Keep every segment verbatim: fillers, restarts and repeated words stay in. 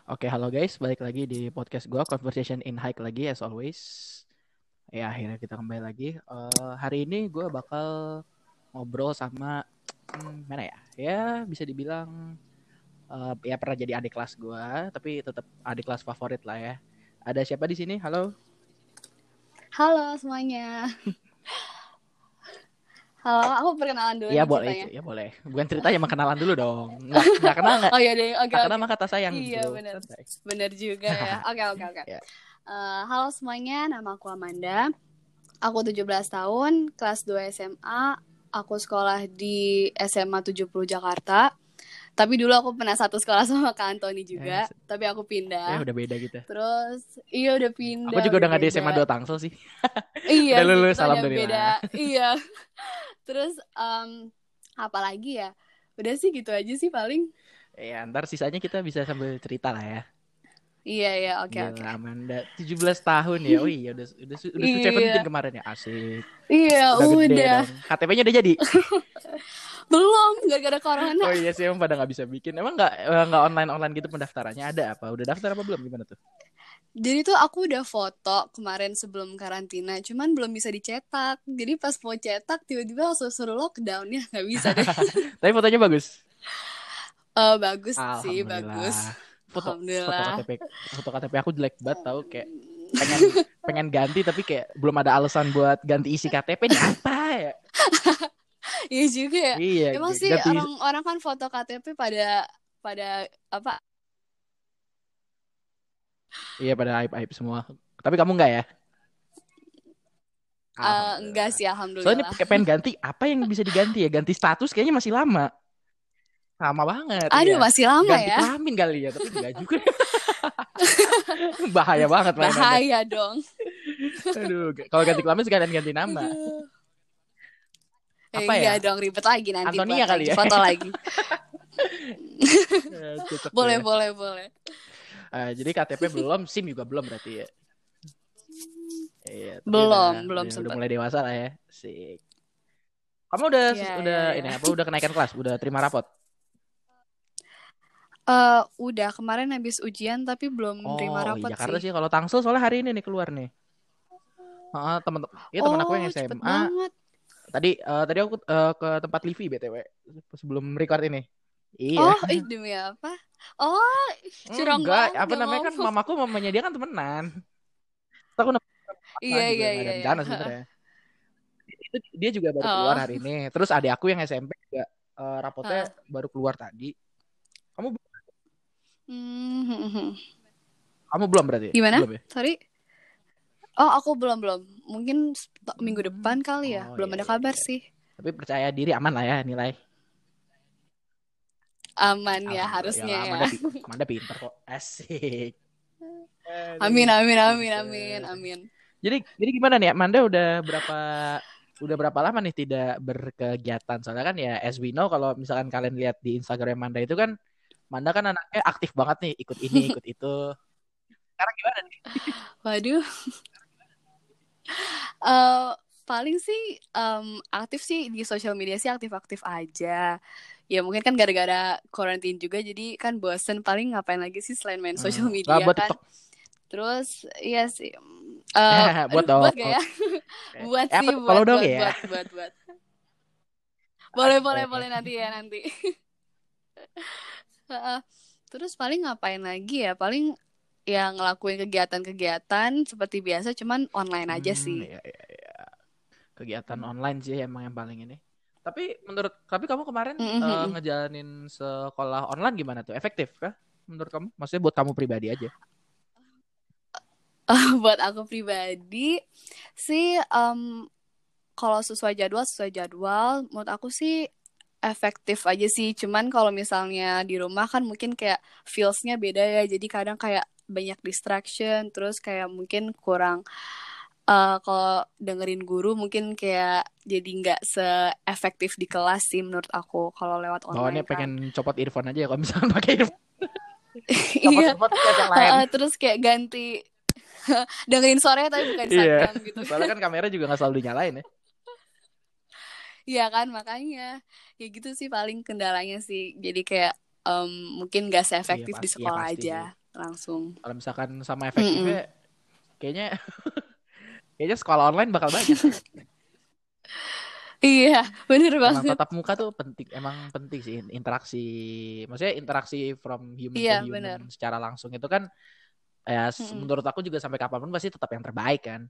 Oke, halo guys, balik lagi di podcast gua Conversation in Hike lagi as always. Ya, akhirnya kita kembali lagi. Eh, hari ini gua bakal ngobrol sama hmm, mana ya? Ya, bisa dibilang eh, ya pernah jadi adik kelas gua, tapi tetap adik kelas favorit lah ya. Ada siapa di sini? Halo. Halo semuanya. Halo, aku perkenalan dulu Iya nih boleh, ceritanya. ya boleh. Bukan ceritanya emang kenalan dulu dong. Nggak nggak kenal nggak? Oh iya deh, oke Nggak kenal oke. mah kata sayang Iya bro. benar, Santai. benar juga ya. Oke oke oke. Ya. Eh, halo semuanya, nama aku Amanda. Aku tujuh belas tahun, kelas dua S M A. Aku sekolah di S M A tujuh puluh Jakarta. Tapi dulu aku pernah satu sekolah sama Kak Antoni Eh, juga. Tapi aku ya pindah. udah beda gitu. Terus, iya udah Aku pindah, juga udah udah nggak di S M A beda. dua Tangsel sih. Iya Udah sih, lulus, kita udah alhamdulillah. beda. Iya. Terus, um, apa lagi ya? Udah sih gitu aja sih paling. Ya, ntar sisanya kita bisa sambil cerita lah ya. Iya iya oke Gila, oke. Amanda tujuh belas tahun ya. Oh iya, udah udah su- udah Sweet Seventeen Iya kemarin ya. Asik. iya Udah gede udah. dong. K T P-nya udah jadi. Belum gara-gara corona. Oh iya sih, emang pada nggak bisa bikin. Emang nggak eh, nggak online online gitu pendaftarannya ada apa? Udah daftar apa belum? Gimana tuh? Jadi tuh aku udah foto kemarin sebelum karantina, cuman belum bisa dicetak. Jadi pas mau cetak tiba-tiba langsung suruh lockdown ya, nggak bisa deh. Tapi fotonya bagus. Eh bagus sih bagus. Alhamdulillah. Foto foto Alhamdulillah. K T P foto K T P aku jelek banget tahu kayak pengen pengen ganti tapi kayak belum ada alasan buat ganti isi K T P nih apa ya? Iya juga ya. Iya, Emang g- sih ganti. orang-orang kan foto K T P pada pada apa? Iya pada aib aib semua. Tapi kamu nggak ya? Eh, enggak Alhamdulillah. sih Soalnya alhamdulillah. kayak pengen ganti, apa yang bisa diganti ya? Ganti status kayaknya masih lama. Lama banget, iya. Aduh masih lama Ganti ya. kelamin kali ya, tapi enggak juga. Bahaya banget mainannya. Bahaya dong. Aduh, g- kalau ganti kelamin sekalian ganti nama. Aduh. Eh, Apa iya ya? dong ribet lagi nanti Antonia buat kali lagi ya. foto lagi. Eh, Cocok tuh Boleh ya. boleh boleh. Eh, jadi K T P belum, SIM juga belum berarti ya. Iya, tapi udah Belum udah belum udah sempet. mulai dewasa lah ya. Sik. Kamu udah Ya udah ya ini ya. apa? Udah kenaikan kelas, udah terima rapot. Eh udah kemarin habis ujian tapi belum Oh, terima oh iya rapot Jakarta sih. sih kalau Tangsel soalnya hari ini nih keluar nih. Heeh, temen iya temen aku yang Oh cepet S M A banget. tadi eh, tadi aku eh, ke tempat Livi B T W sebelum record ini. Iya. Oh ih demi apa? Oh curang Enggak, banget apa gak namanya mau. kan mamaku mau menyediakan temenan. Terus aku nemenan Iya juga iya nggak iya ada iya. rencana sebenarnya. Itu dia juga baru keluar Oh. hari ini. Terus adik aku yang S M P juga eh, rapotnya Heeh. baru keluar tadi. Kamu Hmm, hmm, hmm. kamu belum berarti? Gimana? Belum ya? Sorry. Oh aku belum belum. Mungkin minggu Hmm. depan kali ya. Oh Belum iya ada iya kabar iya. sih. Tapi percaya diri aman lah ya nilai. Aman ya Alhamdulillah. Ya harusnya lah, ya. Amanda, pi- Amanda pinter kok. Asik. Amin Aduh, amin amin amin pinter. amin. Jadi jadi gimana nih? Amanda udah berapa udah berapa lama nih tidak berkegiatan? Soalnya kan ya as we know kalau misalkan kalian lihat di Instagram Amanda itu kan Amanda kan anaknya aktif banget nih, ikut ini, ikut itu. Sekarang gimana nih? Waduh. Eh paling sih em, aktif sih di sosial media sih aktif-aktif aja. Ya mungkin kan gara-gara quarantine juga jadi kan bosen paling ngapain lagi sih selain main Hmm, sosial nggak media buat kan. TikTok. Terus iya sih. Eh Buat aduh buat dong. gak ya? Buat Eh, apa sih tuh? Follow buat dong buat ya. buat buat buat. Boleh boleh boleh Asik. nanti ya nanti. Heeh. Terus paling ngapain lagi ya? Paling ya ngelakuin kegiatan-kegiatan seperti biasa cuman online aja Hmm, sih. ya, ya, ya. Kegiatan online sih emang yang paling ini. Tapi menurut tapi kamu kemarin eh, Mm-mm. ngejalanin sekolah online gimana tuh? Efektif kah? Menurut kamu? Maksudnya buat kamu pribadi aja. Buat aku pribadi sih em, kalau sesuai jadwal sesuai jadwal menurut aku sih efektif aja sih cuman kalau misalnya di rumah kan mungkin kayak feelsnya beda ya jadi kadang kayak banyak distraction terus kayak mungkin kurang eh, kalau dengerin guru mungkin kayak jadi nggak seefektif di kelas sih menurut aku kalau lewat Bawaannya online pengen kan. copot earphone aja ya kalau misalkan pakai earphone. Copot Iya. earphone terus yang lain. Heeh, terus kayak ganti dengerin suaranya tapi bukan Iya. Instagram gitu. Soalnya kan kamera juga nggak selalu dinyalain ya. Iya kan makanya ya gitu sih paling kendalanya sih jadi kayak em, mungkin gak Iya seefektif di pasti ya sekolah pasti aja. sih. langsung. Kalau misalkan sama Mm-mm. efektifnya, kayaknya kayaknya sekolah online bakal banyak. Iya, bener Emang banget. tatap muka tuh penting, emang penting sih interaksi. Maksudnya interaksi from human to Iya, bener. human secara langsung itu kan ya s- Mm-mm. menurut aku juga sampai kapanpun pasti tetap yang terbaik kan.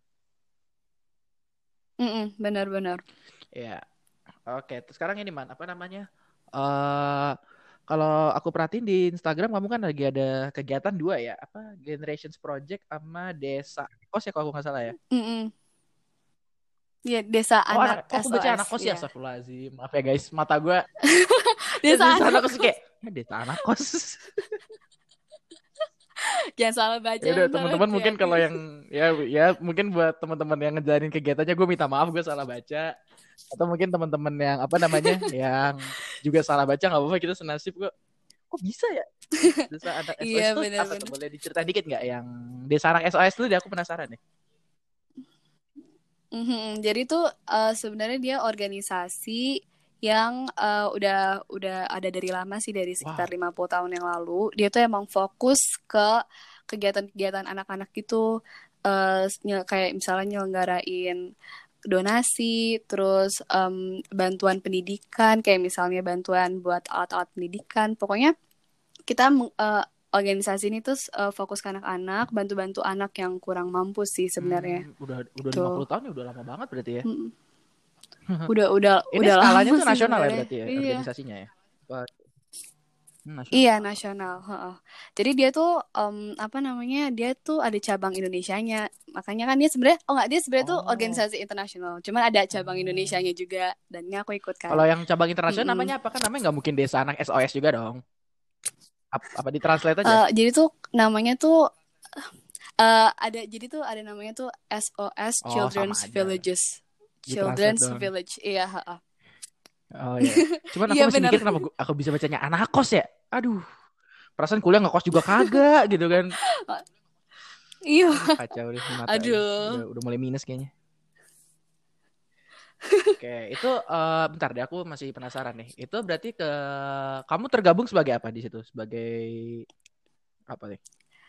Mm-mm, bener-bener. Ya, oke. Terus sekarang ini man, apa namanya? Eh kalau aku perhatiin di Instagram kamu kan lagi ada kegiatan dua ya, apa Generations Project sama Desa Kos ya kalau aku nggak salah ya. Mm-mm. Iya, Desa Oh, Anak anak, oh aku baca S O S, anak kos ya, iya. astagfirullahaladzim. Maaf ya guys, mata gue. Ya, Desa desa anak Anak kos kayak, ya desa anak kos. Jangan salah baca Ya udah ntar teman-teman mungkin kalau hati-hati. yang ya ya mungkin buat teman-teman yang ngejalanin kegiatannya gue minta maaf gue salah baca atau mungkin teman-teman yang apa namanya yang juga salah baca nggak apa-apa kita senasib kok. Kok bisa ya? Desa anak S O S Iya, tuh apa tuh? bener-bener. Boleh diceritain dikit nggak yang desa anak S O S dulu deh aku penasaran nih. Mhm. Jadi tuh eh, sebenarnya dia organisasi yang eh, udah udah ada dari lama sih, dari sekitar Wow. lima puluh tahun yang lalu. Dia tuh emang fokus ke kegiatan-kegiatan anak-anak gitu, eh, nye- kayak misalnya nyelenggarain donasi, terus em, bantuan pendidikan, kayak misalnya bantuan buat alat-alat pendidikan. Pokoknya kita meng- eh, organisasi ini tuh eh, fokus ke anak-anak, bantu-bantu anak yang kurang mampu sih sebenarnya. Hmm, udah udah lima Tuh. puluh tahun ya udah lama banget berarti ya. Mm. Udah udah Ini udah skalanya lama tuh sih nasional ya sebenarnya. berarti ya Iya. organisasinya ya. Wah, hmm, nasional. Iya, nasional. Heeh. Jadi dia tuh em, apa namanya? Dia tuh ada cabang Indonesianya. Makanya kan dia sebenarnya oh nggak dia sebenarnya tuh Oh. organisasi internasional. Cuman ada cabang Oh. Indonesianya juga dan ini aku ikut kan. Kalau yang cabang internasional Mm-mm. namanya apa kan? Namanya nggak mungkin desa anak S O S juga dong. Ap- Apa, ditranslate aja? Eh, jadi tuh namanya tuh eh, ada jadi tuh ada namanya tuh S O S Oh, sama Children's aja. Villages. Ditranslate Children's doang. Village. Iya, heeh. Oh iya. Cuman aku Iya masih benar. mikir kenapa gua- aku bisa bacanya anak kos ya. Aduh, perasaan kuliah ngekos juga kagak gitu kan. Iya. Aduh, kacau deh di mata ini. Udah Aduh. udah mulai minus kayaknya. Oke, itu eh, bentar deh aku masih penasaran nih. Itu berarti ke kamu tergabung sebagai apa di situ? Sebagai apa nih?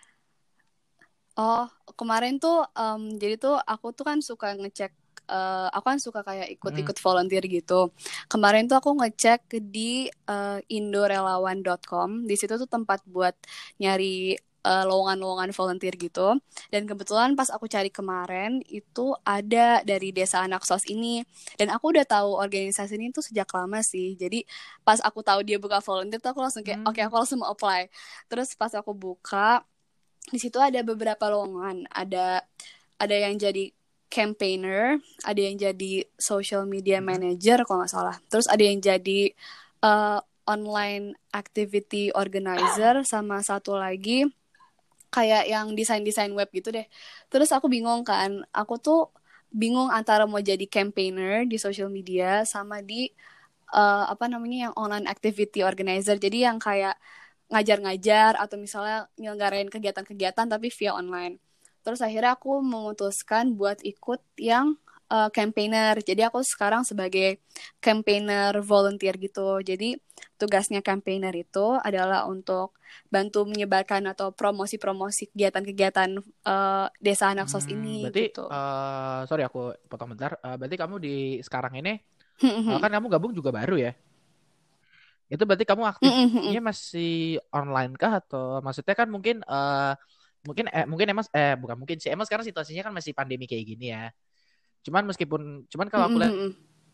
Oh, kemarin tuh em, jadi tuh aku tuh kan suka ngecek eh, aku kan suka kayak Hmm. ikut-ikut volunteer gitu. Kemarin tuh aku ngecek di eh, indorelawan dot com. Di situ tuh tempat buat nyari eh, lowongan-lowongan volunteer gitu. Dan kebetulan pas aku cari kemarin itu ada dari Desa Anak Sos ini. Dan aku udah tahu organisasi ini tuh sejak lama sih. Jadi pas aku tahu dia buka volunteer tuh aku langsung kayak oke, Hmm. aku langsung mau apply. Terus pas aku buka di situ ada beberapa lowongan. Ada ada yang jadi campaigner, ada yang jadi social media Hmm. manager kalau nggak salah. Terus ada yang jadi uh, online activity organizer, sama satu lagi kayak yang desain-desain web gitu deh. Terus aku bingung kan, aku tuh bingung antara mau jadi campaigner di social media sama di uh, apa namanya yang online activity organizer. Jadi yang kayak ngajar-ngajar atau misalnya nyelenggarain kegiatan-kegiatan tapi via online. Terus akhirnya aku memutuskan buat ikut yang uh, campaigner. Jadi aku sekarang sebagai campaigner volunteer gitu. Jadi tugasnya campaigner itu adalah untuk bantu menyebarkan atau promosi-promosi kegiatan-kegiatan uh, Desa Anak Sos Hmm, ini berarti gitu. eh sorry aku potong bentar. Eh, berarti kamu di sekarang ini eh, kan kamu gabung juga baru ya? Itu berarti kamu aktifnya masih online kah atau maksudnya kan mungkin eh mungkin eh mungkin emang eh bukan mungkin sih emang sekarang situasinya kan masih pandemi kayak gini ya. Cuman meskipun cuman kalau aku lihat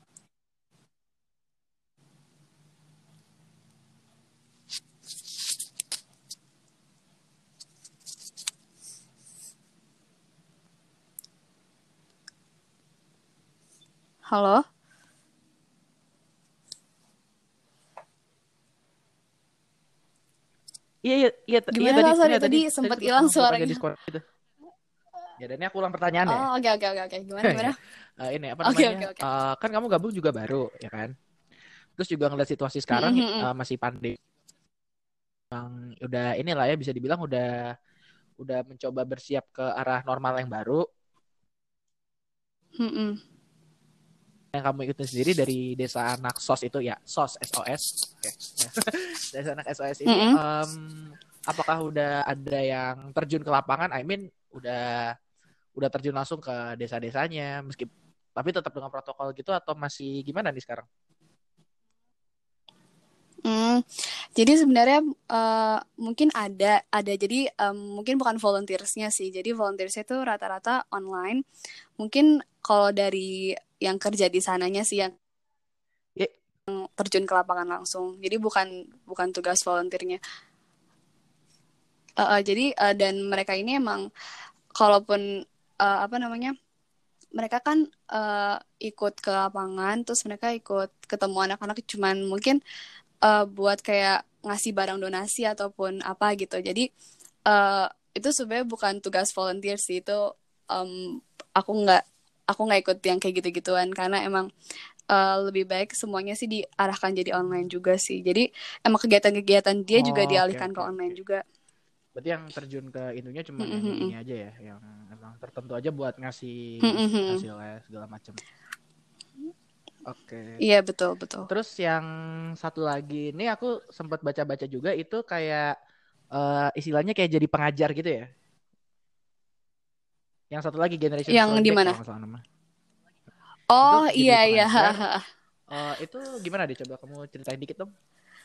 Halo? iya iya iya t- iya Gimana tadi Kak? Sorry, iya tadi tadi tadi sempat sempat hilang sempat agak suaranya. diskon gitu. Ya dan ini aku ulang pertanyaannya. Oh, oke oke oke oke. Gimana Ya. gimana? Eh, ini apa Oke namanya? oke oke. Eh, kan kamu gabung juga baru ya kan? Terus juga ngeliat situasi sekarang eh, masih pandemi yang udah inilah ya bisa dibilang udah udah mencoba bersiap ke arah normal yang baru. Yang kamu ikutin sendiri dari desa anak sos itu ya sos S O S. Oke. Desa anak S O S ini em, apakah udah ada yang terjun ke lapangan? I mean udah udah terjun langsung ke desa-desanya, meski tapi tetap dengan protokol gitu atau masih gimana nih sekarang? Hmm, jadi sebenarnya uh, mungkin ada, ada jadi um, mungkin bukan volunteersnya sih. Jadi volunteersnya itu rata-rata online. Mungkin kalau dari yang kerja di sananya sih yang Ya, terjun ke lapangan langsung. Jadi bukan bukan tugas volunteernya. Uh, uh, jadi uh, dan mereka ini emang kalaupun uh, apa namanya mereka kan uh, ikut ke lapangan, terus mereka ikut ketemu anak-anak cuman mungkin uh, buat kayak ngasih barang donasi ataupun apa gitu. Jadi uh, itu sebenarnya bukan tugas volunteer sih, itu um, aku nggak aku nggak ikut yang kayak gitu-gituan karena emang uh, lebih baik semuanya sih diarahkan jadi online juga sih. Jadi emang kegiatan-kegiatan dia juga oh, oke dialihkan oke ke online oke. juga. Berarti yang terjun ke itunya cuman yang ini Mm-mm. aja ya, yang emang tertentu aja buat ngasih Mm-mm. ngasih les segala macam. Oke. Iya betul betul. Terus yang satu lagi ini aku sempat baca-baca juga itu kayak eh, istilahnya kayak jadi pengajar gitu ya. Yang satu lagi Generations Yang di Project mana? kalau nggak salah nama. Itu Oh jadi iya iya. pengajar. Eh, itu gimana deh? Coba kamu ceritain dikit dong.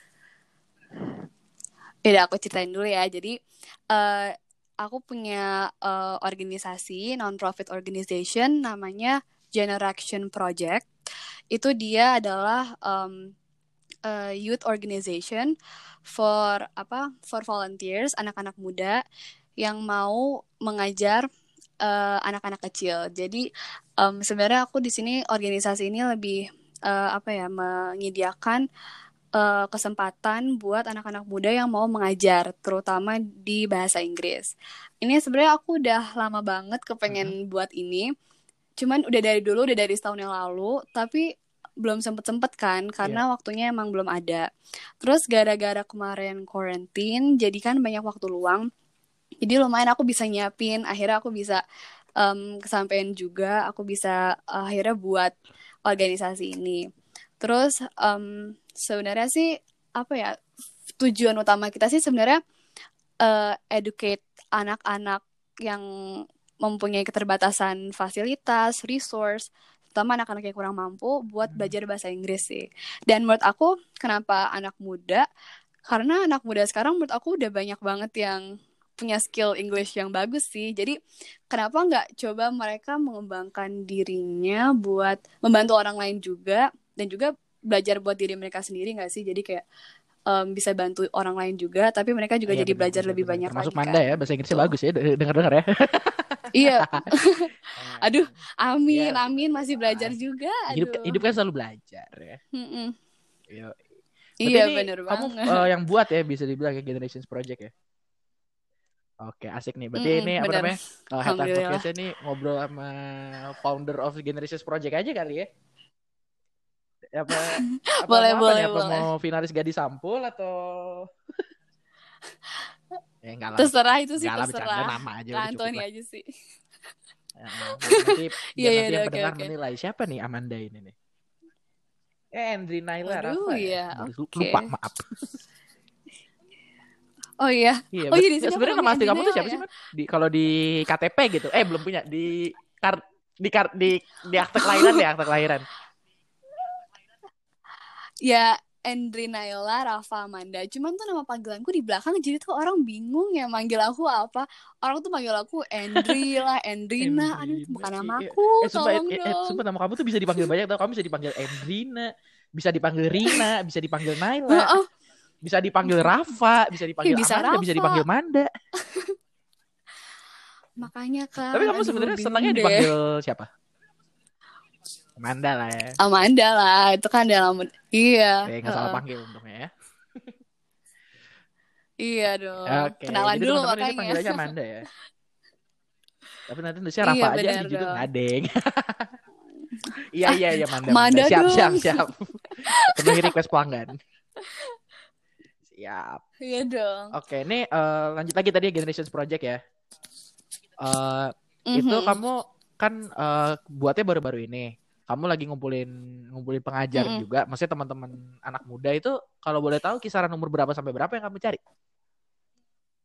Yaudah aku ceritain dulu ya. Jadi uh, aku punya uh, organisasi non-profit organization namanya Generation Project. Itu dia adalah um, a youth organization for apa? For volunteers, anak-anak muda yang mau mengajar uh, anak-anak kecil. Jadi um, sebenarnya aku di sini organisasi ini lebih uh, apa ya? Menyediakan uh, kesempatan buat anak-anak muda yang mau mengajar, terutama di bahasa Inggris. Ini sebenarnya aku udah lama banget Mm-mm. kepengen buat ini, cuman udah dari dulu, udah dari setahun yang lalu, tapi belum sempet-sempet kan, Iya. karena waktunya emang belum ada. Terus gara-gara kemarin quarantine, jadi kan banyak waktu luang, jadi lumayan aku bisa nyiapin, akhirnya aku bisa um, kesampaian juga, aku bisa uh, akhirnya buat organisasi ini. Terus um, sebenarnya sih apa ya tujuan utama kita sih sebenarnya uh, educate anak-anak yang mempunyai keterbatasan fasilitas, resource, terutama anak-anak yang kurang mampu buat Hmm. belajar bahasa Inggris sih. Dan menurut aku kenapa anak muda? Karena anak muda sekarang menurut aku udah banyak banget yang punya skill English yang bagus sih. Jadi kenapa nggak coba mereka mengembangkan dirinya buat membantu orang lain juga dan juga belajar buat diri mereka sendiri nggak sih? Jadi kayak um, bisa bantu orang lain juga, tapi mereka juga Iya jadi benar belajar benar lebih benar. banyak Termasuk lagi Manda kan. ya, bahasa Inggrisnya Tuh. bagus ya, dengar-dengar ya. Iya. Aduh, Eh, amin, ya, amin masih ah, belajar juga. hidup Aduh. hidup kan selalu belajar ya. Mm-mm. Iya. Berarti Iya, ini bener kamu eh, banget. yang buat ya bisa dibilang ya Generations Project ya. Oke, asik nih. Berarti ini Mm-mm, apa bener. namanya? Eh, Head Time Alhamdulillah. Podcast ini ngobrol sama founder of Generations Project aja kali ya. Apa apa Boleh, mau apa nih? boleh, Apa boleh. mau finalis Gadis Sampul atau ya enggak lah. Terserah itu sih Enggak lah bercanda terserah. nama aja Kak udah cukup Antoni lah. aja sih. Ya, eh, biar nanti Iya, biar iya, nanti udah yang oke, pendengar oke. menilai siapa nih Amanda ini nih. Eh, Andri Naila Waduh, Rafa ya. ya, Baru oke. lupa, maaf. Oh iya. Iya, Oh bet- iya di nggak, sini aku sebenarnya namanya nama asli Andina kamu tuh ya. siapa sih, Man? Di kalau di K T P gitu. Eh, belum punya di kar di kar di di akte kelahiran deh, akte kelahiran. Ya, Andri Naila Rafa Amanda. Cuman tuh nama panggilanku di belakang jadi tuh orang bingung ya manggil aku apa. Orang tuh manggil aku Andri lah, Andrina. Aduh, itu Endrina. bukan Eh, eh, namaku. eh, sumpah, Tolong eh, eh, dong. sumpah nama kamu tuh bisa dipanggil banyak tau. Kamu bisa dipanggil Endrina, bisa dipanggil Rina, bisa dipanggil Naila, Heeh. bisa dipanggil Rafa, bisa Ya dipanggil bisa Amanda, bisa dipanggil Rafa. Manda. Makanya Tapi kan, kamu aduh sebenarnya bingung senangnya deh. dipanggil siapa? Amanda lah ya. Amanda lah, itu kan dalam iya. Eh, nggak salah Heeh. panggil untungnya ya. Iya dong. Oke, Kenalan jadi dulu teman-teman ini makanya. panggilannya Amanda ya. Tapi nanti nulisnya Iya Rafa aja benar di judul dong. ngadeng. Iya Ah, iya iya Manda Manda. Amanda Siap siap dong. siap. Penuhi request pelanggan. Siap. Iya dong. Oke, ini eh, lanjut lagi tadi ya, Generations Project ya. Eh, itu Mhm. kamu kan eh, buatnya baru-baru ini. Kamu lagi ngumpulin ngumpulin pengajar Mhm. juga. Maksudnya teman-teman anak muda itu kalau boleh tahu kisaran umur berapa sampai berapa yang kamu cari?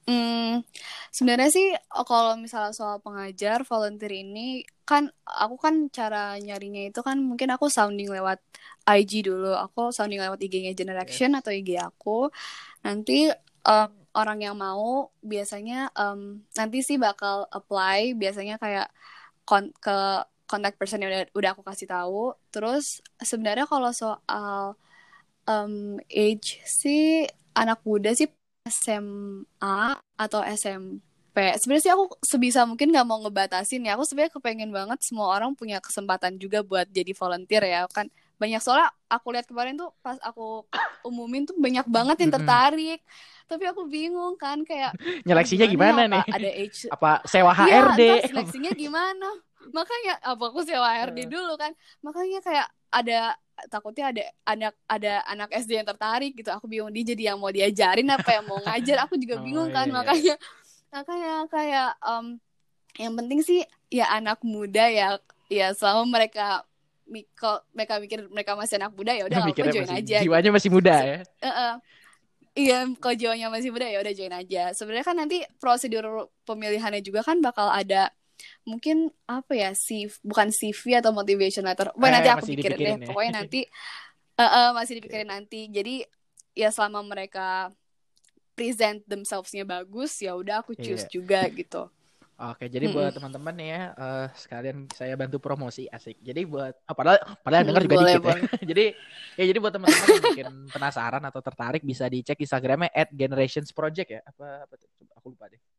Hmm, sebenarnya sih kalau misalnya soal pengajar volunteer ini kan aku kan cara nyarinya itu kan mungkin aku sounding lewat I G dulu. Aku sounding lewat I G-nya Generation Yes. atau I G aku. Nanti em, orang yang mau biasanya em, nanti sih bakal apply biasanya kayak kon ke contact person yang udah, udah aku kasih tahu. Terus sebenarnya kalau soal em, age sih anak muda sih S M A atau S M P. Sebenarnya sih aku sebisa mungkin nggak mau ngebatasin ya. Aku sebenarnya kepengen banget semua orang punya kesempatan juga buat jadi volunteer ya kan. Banyak soalnya aku lihat kemarin tuh pas aku umumin tuh banyak banget yang Mm-mm. tertarik. Tapi aku bingung kan kayak ah Nyeleksinya gimana ya gimana apa nih? ada age. Apa sewa Iya, H R D? ntar seleksinya gimana? Makanya apa aku sewa H R D Eh, dulu kan. Makanya kayak ada takutnya ada anak ada anak S D yang tertarik gitu. Aku bingung dia jadi yang mau diajarin apa yang mau ngajar. Aku juga Oh bingung iya kan. iya. Makanya makanya kayak em, yang penting sih ya anak muda ya ya selama mereka mikir mereka mikir mereka masih anak muda ya udah nggak apa-apa Mikirnya join masih aja gitu. jiwanya masih muda Se- ya. eh, eh, Iya, kalau jiwanya masih muda ya udah join aja. Sebenarnya kan nanti prosedur pemilihannya juga kan bakal ada mungkin apa ya C V, bukan C V atau motivation letter. Pokoknya nanti Eh aku masih pikirin deh. dipikirin ya. Pokoknya nanti eh, eh, masih Oke. dipikirin nanti. Jadi ya selama mereka present themselves-nya bagus, ya udah aku choose Iya. juga gitu. Oke, jadi Mm-mm. buat teman-teman nih ya, eh, sekalian saya bantu promosi asik. Jadi buat, oh, padahal, padahal yang dengar Mm, juga boleh dikit ya. boleh. jadi, ya jadi buat teman-teman yang mungkin penasaran atau tertarik bisa dicek Instagramnya at generations project ya. Apa, apa tuh? Coba aku lupa deh.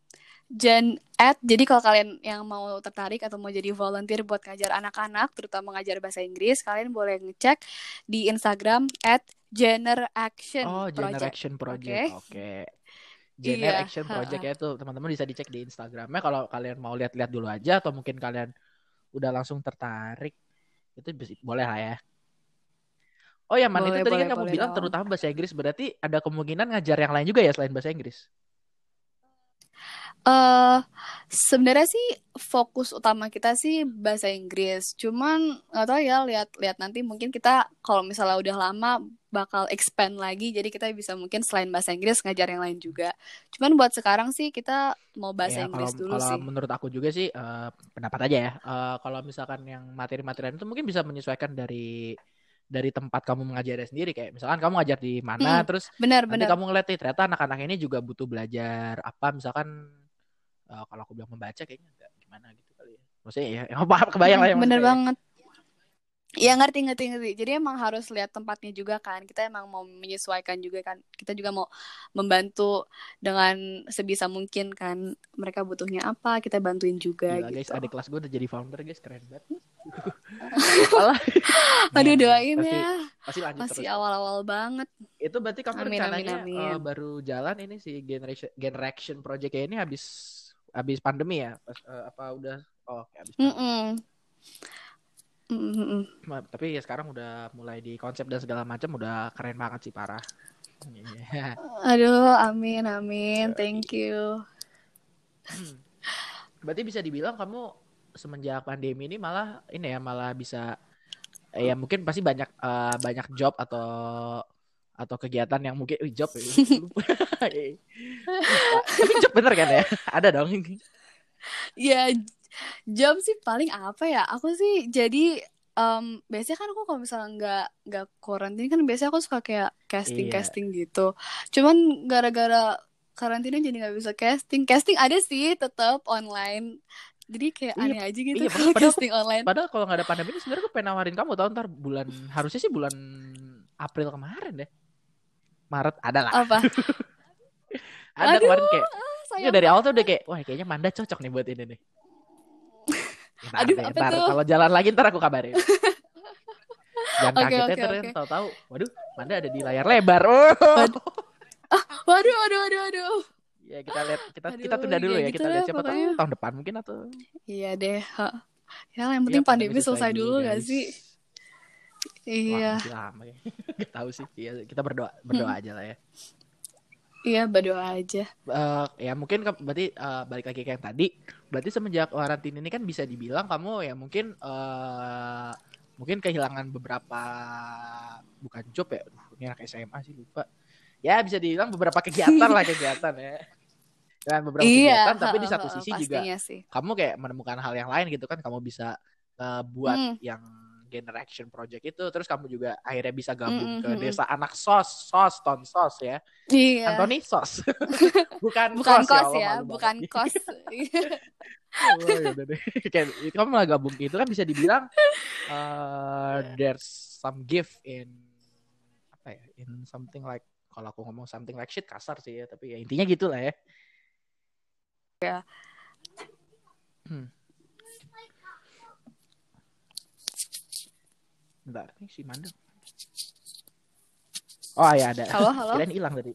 Gen at jadi kalau kalian yang mau tertarik atau mau jadi volunteer buat ngajar anak-anak, terutama ngajar bahasa Inggris, kalian boleh ngecek di Instagram at Generaction Oh, Project. Generation Oke? Project. Okay? Oke. Gener Iya. Action Project Ha-ha. ya tuh teman-teman bisa dicek di Instagramnya kalau kalian mau lihat-lihat dulu aja atau mungkin kalian udah langsung tertarik itu bisa, boleh lah ya. Oh ya Man, itu Boleh, tadi kan boleh, kamu boleh bilang dong. terutama bahasa Inggris berarti ada kemungkinan ngajar yang lain juga ya selain bahasa Inggris. Eh, sebenarnya sih fokus utama kita sih bahasa Inggris. Cuman nggak tahu ya, lihat-lihat nanti mungkin kita kalau misalnya udah lama bakal expand lagi. Jadi kita bisa mungkin selain bahasa Inggris ngajar yang lain juga. Cuman buat sekarang sih kita mau bahasa Ya kalau Inggris dulu kalau sih. menurut aku juga sih eh, pendapat aja ya. Eh, kalau misalkan yang materi-materian itu mungkin bisa menyesuaikan dari dari tempat kamu mengajarnya sendiri kayak misalkan kamu ngajar di mana Mm-mm, terus nanti benar-benar. kamu ngeliat nih ternyata anak-anak ini juga butuh belajar apa misalkan eh, kalau aku bilang membaca kayaknya enggak gimana gitu kali ya. Maksudnya ya, ya paham kebayang lah Mm-mm, ya bener maksudnya ya. banget. Iya ngerti ngerti ngerti. Jadi emang harus lihat tempatnya juga kan. Kita emang mau menyesuaikan juga kan. Kita juga mau membantu dengan sebisa mungkin kan. Mereka butuhnya apa, kita bantuin juga Gila guys, gitu. adik kelas gue udah jadi founder guys, keren banget. Gak apa lah. Aduh Amin, amin. doain Pasti ya. pasti lanjut Masih terus kok. awal-awal banget. Itu berarti kamu Amin amin rencananya amin. eh, baru jalan ini si generation generation project ini habis habis pandemi ya? Pas, eh, apa udah oh oke habis pandemi. Mm-mm. Mm-mm. Ma- Tapi ya sekarang udah mulai di konsep dan segala macam udah keren banget sih parah. Iya. Aduh amin amin. Thank you. Berarti bisa dibilang kamu semenjak pandemi ini malah ini ya malah bisa eh, ya mungkin pasti banyak eh, banyak job atau atau kegiatan yang mungkin eh, job ya lupa. lupa tapi job bener kan ya ada dong. Ya jam sih paling apa ya? Aku sih jadi em, biasanya kan aku kalau misalnya nggak nggak karantina kan biasanya aku suka kayak casting Iya casting gitu. Cuman gara-gara karantina jadi nggak bisa casting. Casting ada sih tetap online. Jadi kayak iya aneh aja gitu iya kalau padahal aku casting online. padahal kalau nggak ada pandemi ini sebenarnya aku pengen nawarin kamu tahu ntar bulan harusnya sih bulan April kemarin deh Maret ada lah Apa? ada Aduh, kemarin kayak ah, nggak sayang dari awal tuh udah banget. kayak wah kayaknya Manda cocok nih buat ini nih. Ntar Aduh, deh, apa ntar tuh? kalau jalan lagi ntar aku kabarin. Jangan Oke, kagetnya oke, ntar oke. tahu-tahu, waduh, Manda ada di layar lebar. Oh. Waduh, waduh, waduh, waduh, waduh. Ya kita lihat, kita kita Aduh, tunda dulu ya ya, gitu kita deh lihat siapa tahu pokoknya. tahun depan mungkin atau Iya deh. Ha. Ya, yang ya penting pandemi pandemi selesai selesai dulu dulu gak guys. sih? Wah Iya. masih lama ya, nggak tahu sih. Ya, kita berdoa berdoa Hmm. aja lah ya. Iya, berdoa aja. Eh, ya mungkin ke- berarti eh, balik lagi ke yang tadi, berarti semenjak karantina ini kan bisa dibilang kamu ya mungkin eh mungkin kehilangan beberapa bukan job ya, Aduh, ini anak S M A sih lupa. Ya bisa dibilang beberapa kegiatan lah kegiatan ya. dengan beberapa Iya, kegiatan, tapi di satu sisi juga pastinya sih. kamu kayak menemukan hal yang lain gitu kan, kamu bisa uh, buat Hmm. yang Generation Project itu, terus kamu juga akhirnya bisa gabung Mm-mm, ke mm-mm. Desa Anak Sos, Sos, Ton Sos ya. Iya. Anthony Sos. Bukan, Bukan kos ya kos Allah, ya, malu bukan banget. kos. Oh ya udah deh. Kayak itu kamu malah gabung itu kan bisa dibilang uh, there's some gift in apa ya? In something like, kalau aku ngomong something like shit kasar sih ya, tapi ya intinya gitulah ya. Ya. Hmm. Bentar, ini si Mandang. Oh ya ada. Halo, halo. Kirain hilang tadi.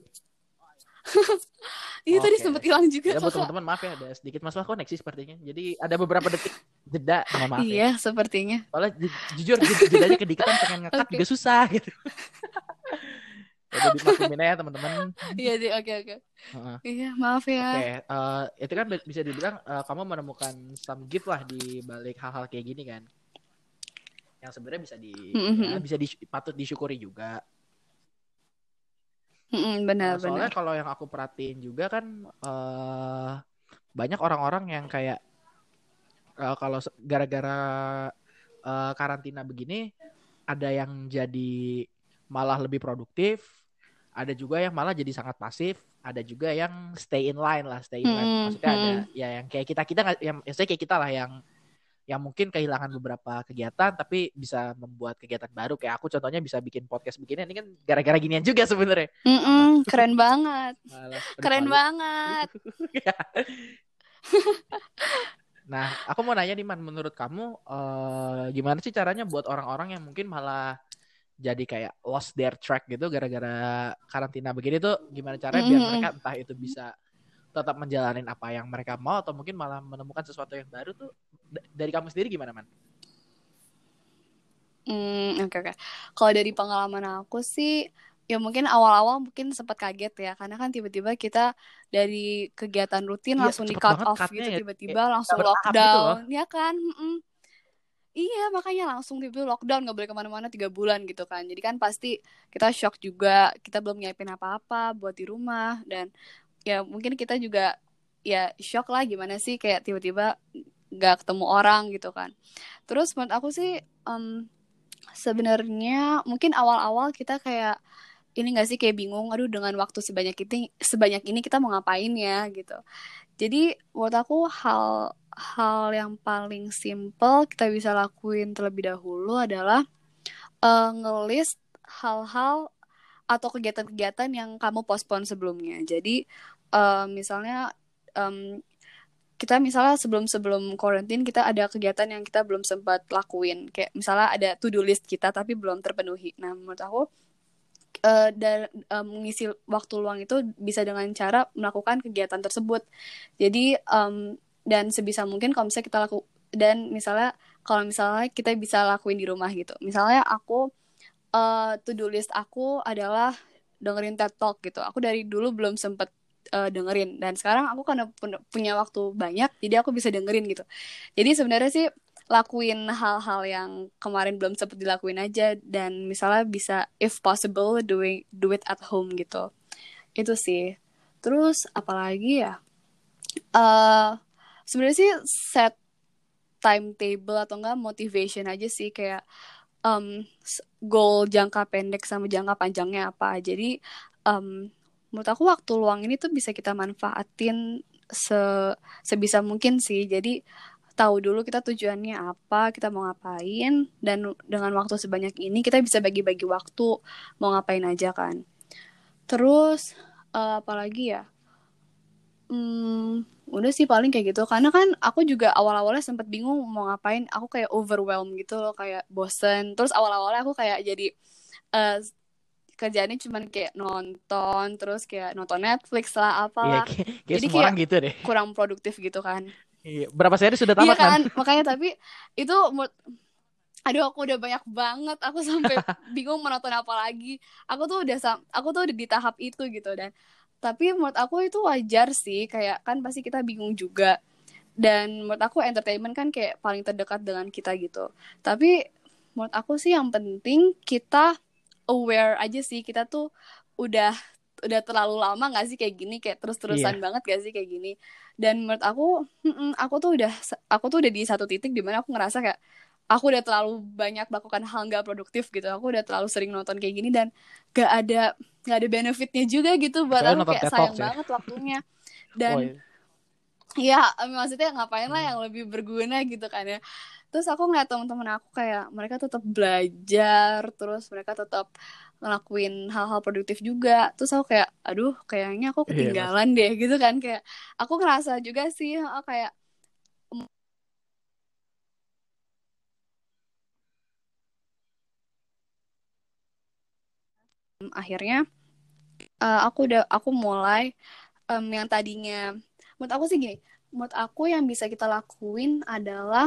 Iya Oke. tadi sempat hilang juga. Ya buat teman-teman maaf ya, ada sedikit masalah koneksi sepertinya. Jadi ada beberapa detik jeda, mohon maaf ya. Iya, sepertinya. Soalnya ju- jujur jed- jedanya kedikatan, pengen ngekat Oke. juga susah gitu. Udah dimaklumin ya teman-teman. Iya deh, oke oke. Heeh. Iya, maaf ya. Oke, eh, itu kan bisa dibilang eh, kamu menemukan some gift lah di balik hal-hal kayak gini kan. Yang sebenarnya bisa di Mm-mm, ya mm-mm. bisa di, patut disyukuri juga. Mm-mm, Eh, benar soalnya benar. kalau yang aku perhatiin juga kan eh banyak orang-orang yang kayak eh, kalau se- gara-gara eh, karantina begini ada yang jadi malah lebih produktif, ada juga yang malah jadi sangat pasif, ada juga yang stay in line lah, stay in line. Mm-mm, Maksudnya ada mm-mm. ya yang kayak kita kita nggak, yang ya saya kayak kita lah yang yang mungkin kehilangan beberapa kegiatan tapi bisa membuat kegiatan baru. Kayak aku contohnya bisa bikin podcast begini, ini kan gara-gara ginian juga sebenarnya. Mm-mm, keren banget. Malah, aduh, Keren malu. banget. Nah, aku mau nanya nih Man, menurut kamu eh, gimana sih caranya buat orang-orang yang mungkin malah jadi kayak lost their track gitu gara-gara karantina begini tuh, gimana caranya biar mereka Mm-mm. entah itu bisa tetap menjalanin apa yang mereka mau atau mungkin malah menemukan sesuatu yang baru tuh. D- dari kamu sendiri gimana Man? Hmm, oke oke. Kalau dari pengalaman aku sih, ya mungkin awal-awal mungkin sempat kaget ya, karena kan tiba-tiba kita dari kegiatan rutin Iya, langsung di cepet cut banget off cutnya gitu, ya. Kayak tiba-tiba nggak langsung bertahap gitu loh. lockdown, ya kan? Mm-mm. Iya, makanya langsung tiba-tiba lockdown, nggak boleh kemana-mana tiga bulan gitu kan. Jadi kan pasti kita shock juga, kita belum nyiapin apa-apa buat di rumah, dan ya mungkin kita juga ya shock lah gimana sih kayak tiba-tiba nggak ketemu orang gitu kan. Terus menurut aku sih, em, sebenarnya mungkin awal-awal kita kayak ini nggak sih kayak bingung, aduh dengan waktu sebanyak ini sebanyak ini kita mau ngapain ya gitu. Jadi menurut aku hal hal yang paling simple kita bisa lakuin terlebih dahulu adalah eh, ngelist hal-hal atau kegiatan-kegiatan yang kamu postpone sebelumnya. Jadi eh, misalnya em, kita misalnya sebelum-sebelum quarantine kita ada kegiatan yang kita belum sempat lakuin. Kayak misalnya ada to-do list kita tapi belum terpenuhi. Nah, menurut aku uh, dan uh, mengisi waktu luang itu bisa dengan cara melakukan kegiatan tersebut. Jadi um, dan sebisa mungkin kalau misalnya kita laku dan misalnya kalau misalnya kita bisa lakuin di rumah gitu. Misalnya aku uh, to-do list aku adalah dengerin TED Talk gitu. Aku dari dulu belum sempet uh, dengerin, dan sekarang aku karena pun- punya waktu banyak jadi aku bisa dengerin gitu. Jadi sebenarnya sih lakuin hal-hal yang kemarin belum sempet dilakuin aja, dan misalnya bisa if possible doing do it at home gitu. Itu sih. Terus apalagi ya? Uh, sebenarnya sih set timetable atau enggak motivation aja sih, kayak um, goal jangka pendek sama jangka panjangnya apa. Jadi um, menurut aku waktu luang ini tuh bisa kita manfaatin se sebisa mungkin sih. Jadi tahu dulu kita tujuannya apa, kita mau ngapain, dan dengan waktu sebanyak ini kita bisa bagi-bagi waktu mau ngapain aja kan. Terus uh, apalagi ya? Hmm, udah sih paling kayak gitu. Karena kan aku juga awal-awalnya sempat bingung mau ngapain. Aku kayak overwhelmed gitu loh, kayak bosen. Terus awal-awalnya aku kayak jadi uh, kerjaannya cuman kayak nonton, terus kayak nonton Netflix lah, Iya, apalah. kayak, kayak Jadi semua kayak orang gitu deh. kurang produktif gitu kan. Iya. Berapa seri sudah Iya tamat Man? kan, makanya tapi itu menurut- aduh aku udah banyak banget, aku sampai bingung mau nonton apa lagi. Aku tuh udah sam- aku tuh udah di tahap itu gitu, dan tapi menurut aku itu wajar sih, kayak kan pasti kita bingung juga. Dan menurut aku entertainment kan kayak paling terdekat dengan kita gitu. Tapi menurut aku sih yang penting kita aware aja sih, kita tuh udah udah terlalu lama gak sih kayak gini, kayak terus-terusan Iya. banget gak sih kayak gini. Dan menurut aku mm-mm, aku tuh udah aku tuh udah di satu titik dimana aku ngerasa kayak aku udah terlalu banyak melakukan hal gak produktif gitu. Aku udah terlalu sering nonton kayak gini dan gak ada gak ada benefitnya juga gitu buat Kecuali aku, nonton kayak TED sayang Talks ya. banget waktunya. Oh, Dan iya. ya maksudnya ngapain lah Hmm. yang lebih berguna gitu kan ya. Terus aku ngeliat teman-teman aku kayak mereka tetap belajar, terus mereka tetap ngelakuin hal-hal produktif juga. Terus aku kayak aduh kayaknya aku Iya, Mas. ketinggalan deh gitu kan. Kayak aku ngerasa juga sih oh, kayak um, akhirnya uh, aku udah aku mulai um, yang tadinya menurut aku sih gini, menurut aku yang bisa kita lakuin adalah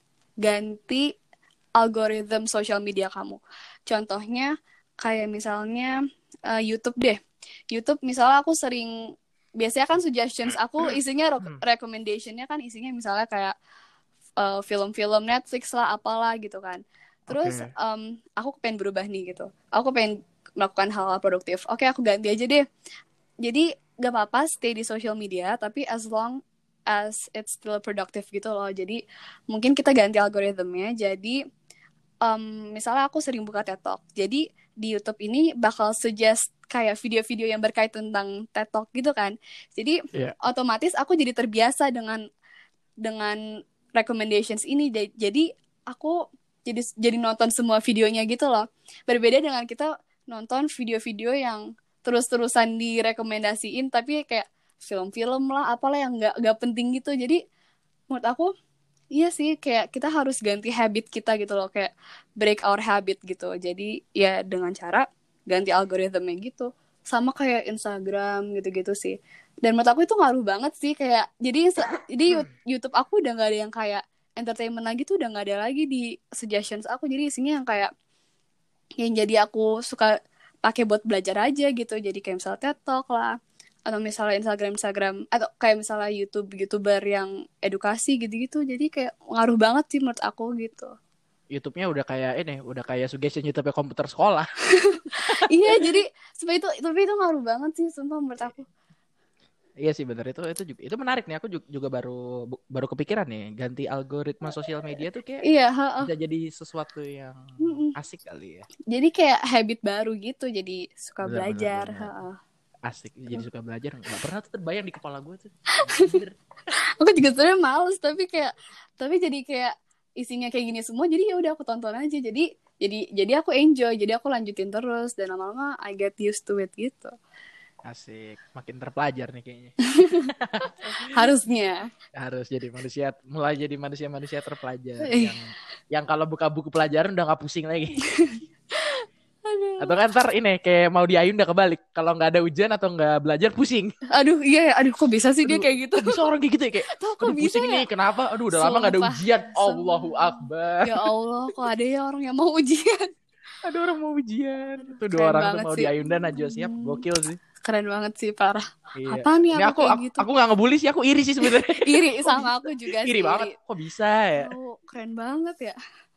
ganti algoritma sosial media kamu. Contohnya kayak misalnya uh, YouTube deh. YouTube misalnya aku sering biasanya kan suggestions aku isinya Hmm. recommendationnya kan isinya misalnya kayak uh, film-film Netflix lah apalah gitu kan. Terus Oke. um, aku pengen berubah nih gitu. Aku pengen melakukan hal-hal produktif. Oke aku ganti aja deh. Jadi gak apa-apa stay di social media tapi as long as it's still productive gitu loh. Jadi mungkin kita ganti algoritmnya. Jadi um, misalnya aku sering buka TED Talk. Jadi di YouTube ini bakal suggest kayak video-video yang berkaitan tentang TED Talk gitu kan. Jadi Iya. otomatis aku jadi terbiasa dengan dengan recommendations ini. Jadi aku jadi jadi nonton semua videonya gitu loh. Berbeda dengan kita nonton video-video yang terus-terusan direkomendasiin tapi kayak film-film lah apalah yang nggak nggak penting gitu. Jadi menurut aku iya sih kayak kita harus ganti habit kita gitu loh, kayak break our habit gitu. Jadi ya dengan cara ganti algoritmnya gitu. Sama kayak Instagram gitu-gitu sih. Dan menurut aku itu ngaruh banget sih kayak jadi jadi YouTube aku udah nggak ada yang kayak entertainment lagi tuh, udah nggak ada lagi di suggestions aku. Jadi isinya yang kayak yang jadi aku suka pakai buat belajar aja gitu. Jadi kayak misalnya TED Talk lah atau misalnya Instagram Instagram atau kayak misalnya YouTube YouTuber yang edukasi gitu-gitu. Jadi kayak ngaruh banget sih menurut aku gitu. YouTube-nya udah kayak ini, udah kayak suggestion YouTube komputer sekolah. Iya, jadi supaya itu tapi itu ngaruh banget sih sumpah menurut aku. Iya sih benar, itu itu juga itu menarik nih, aku juga baru baru kepikiran nih ganti algoritma sosial media tuh kayak Iya, heeh. bisa jadi sesuatu yang Mm-mm. asik kali ya. Jadi kayak habit baru gitu, jadi suka Benar benar belajar, benar. heeh. Asik, jadi suka belajar, nggak pernah tuh terbayang di kepala gue tuh. Anjir. Aku juga sebenarnya males tapi kayak tapi jadi kayak isinya kayak gini semua, jadi ya udah aku tonton aja. Jadi jadi jadi aku enjoy, jadi aku lanjutin terus dan lama-lama I get used to it gitu. Asik, makin terpelajar nih kayaknya. Harusnya. Harus jadi manusia, mulai jadi manusia-manusia terpelajar Eh. yang yang kalau buka buku pelajaran udah nggak pusing lagi. Atau kan ntar ini kayak mau di Ayun udah kebalik, kalau nggak ada ujian atau nggak belajar pusing. Aduh iya ya, aduh kok bisa sih Aduh, dia kayak gitu. kok bisa orang kayak gitu ya, kayak Tuh, kok aduh bisa pusing ya? nih kenapa, aduh udah lama nggak ada Sumpah. ujian. Sumpah. Allahu Akbar. Ya Allah, kok ada ya orang yang mau ujian. Ada orang mau ujian. Itu dua Keren orang tuh banget mau sih. di Ayunda Najwa Siap, gokil sih. Keren banget sih, parah. Iya. Apa nih Ini aku aku kayak aku, gitu? aku nggak ngebully sih, aku iri sih sebenarnya. Iri Kok sama bisa? aku juga Iri sih. banget, kok bisa ya? Oh, keren banget ya.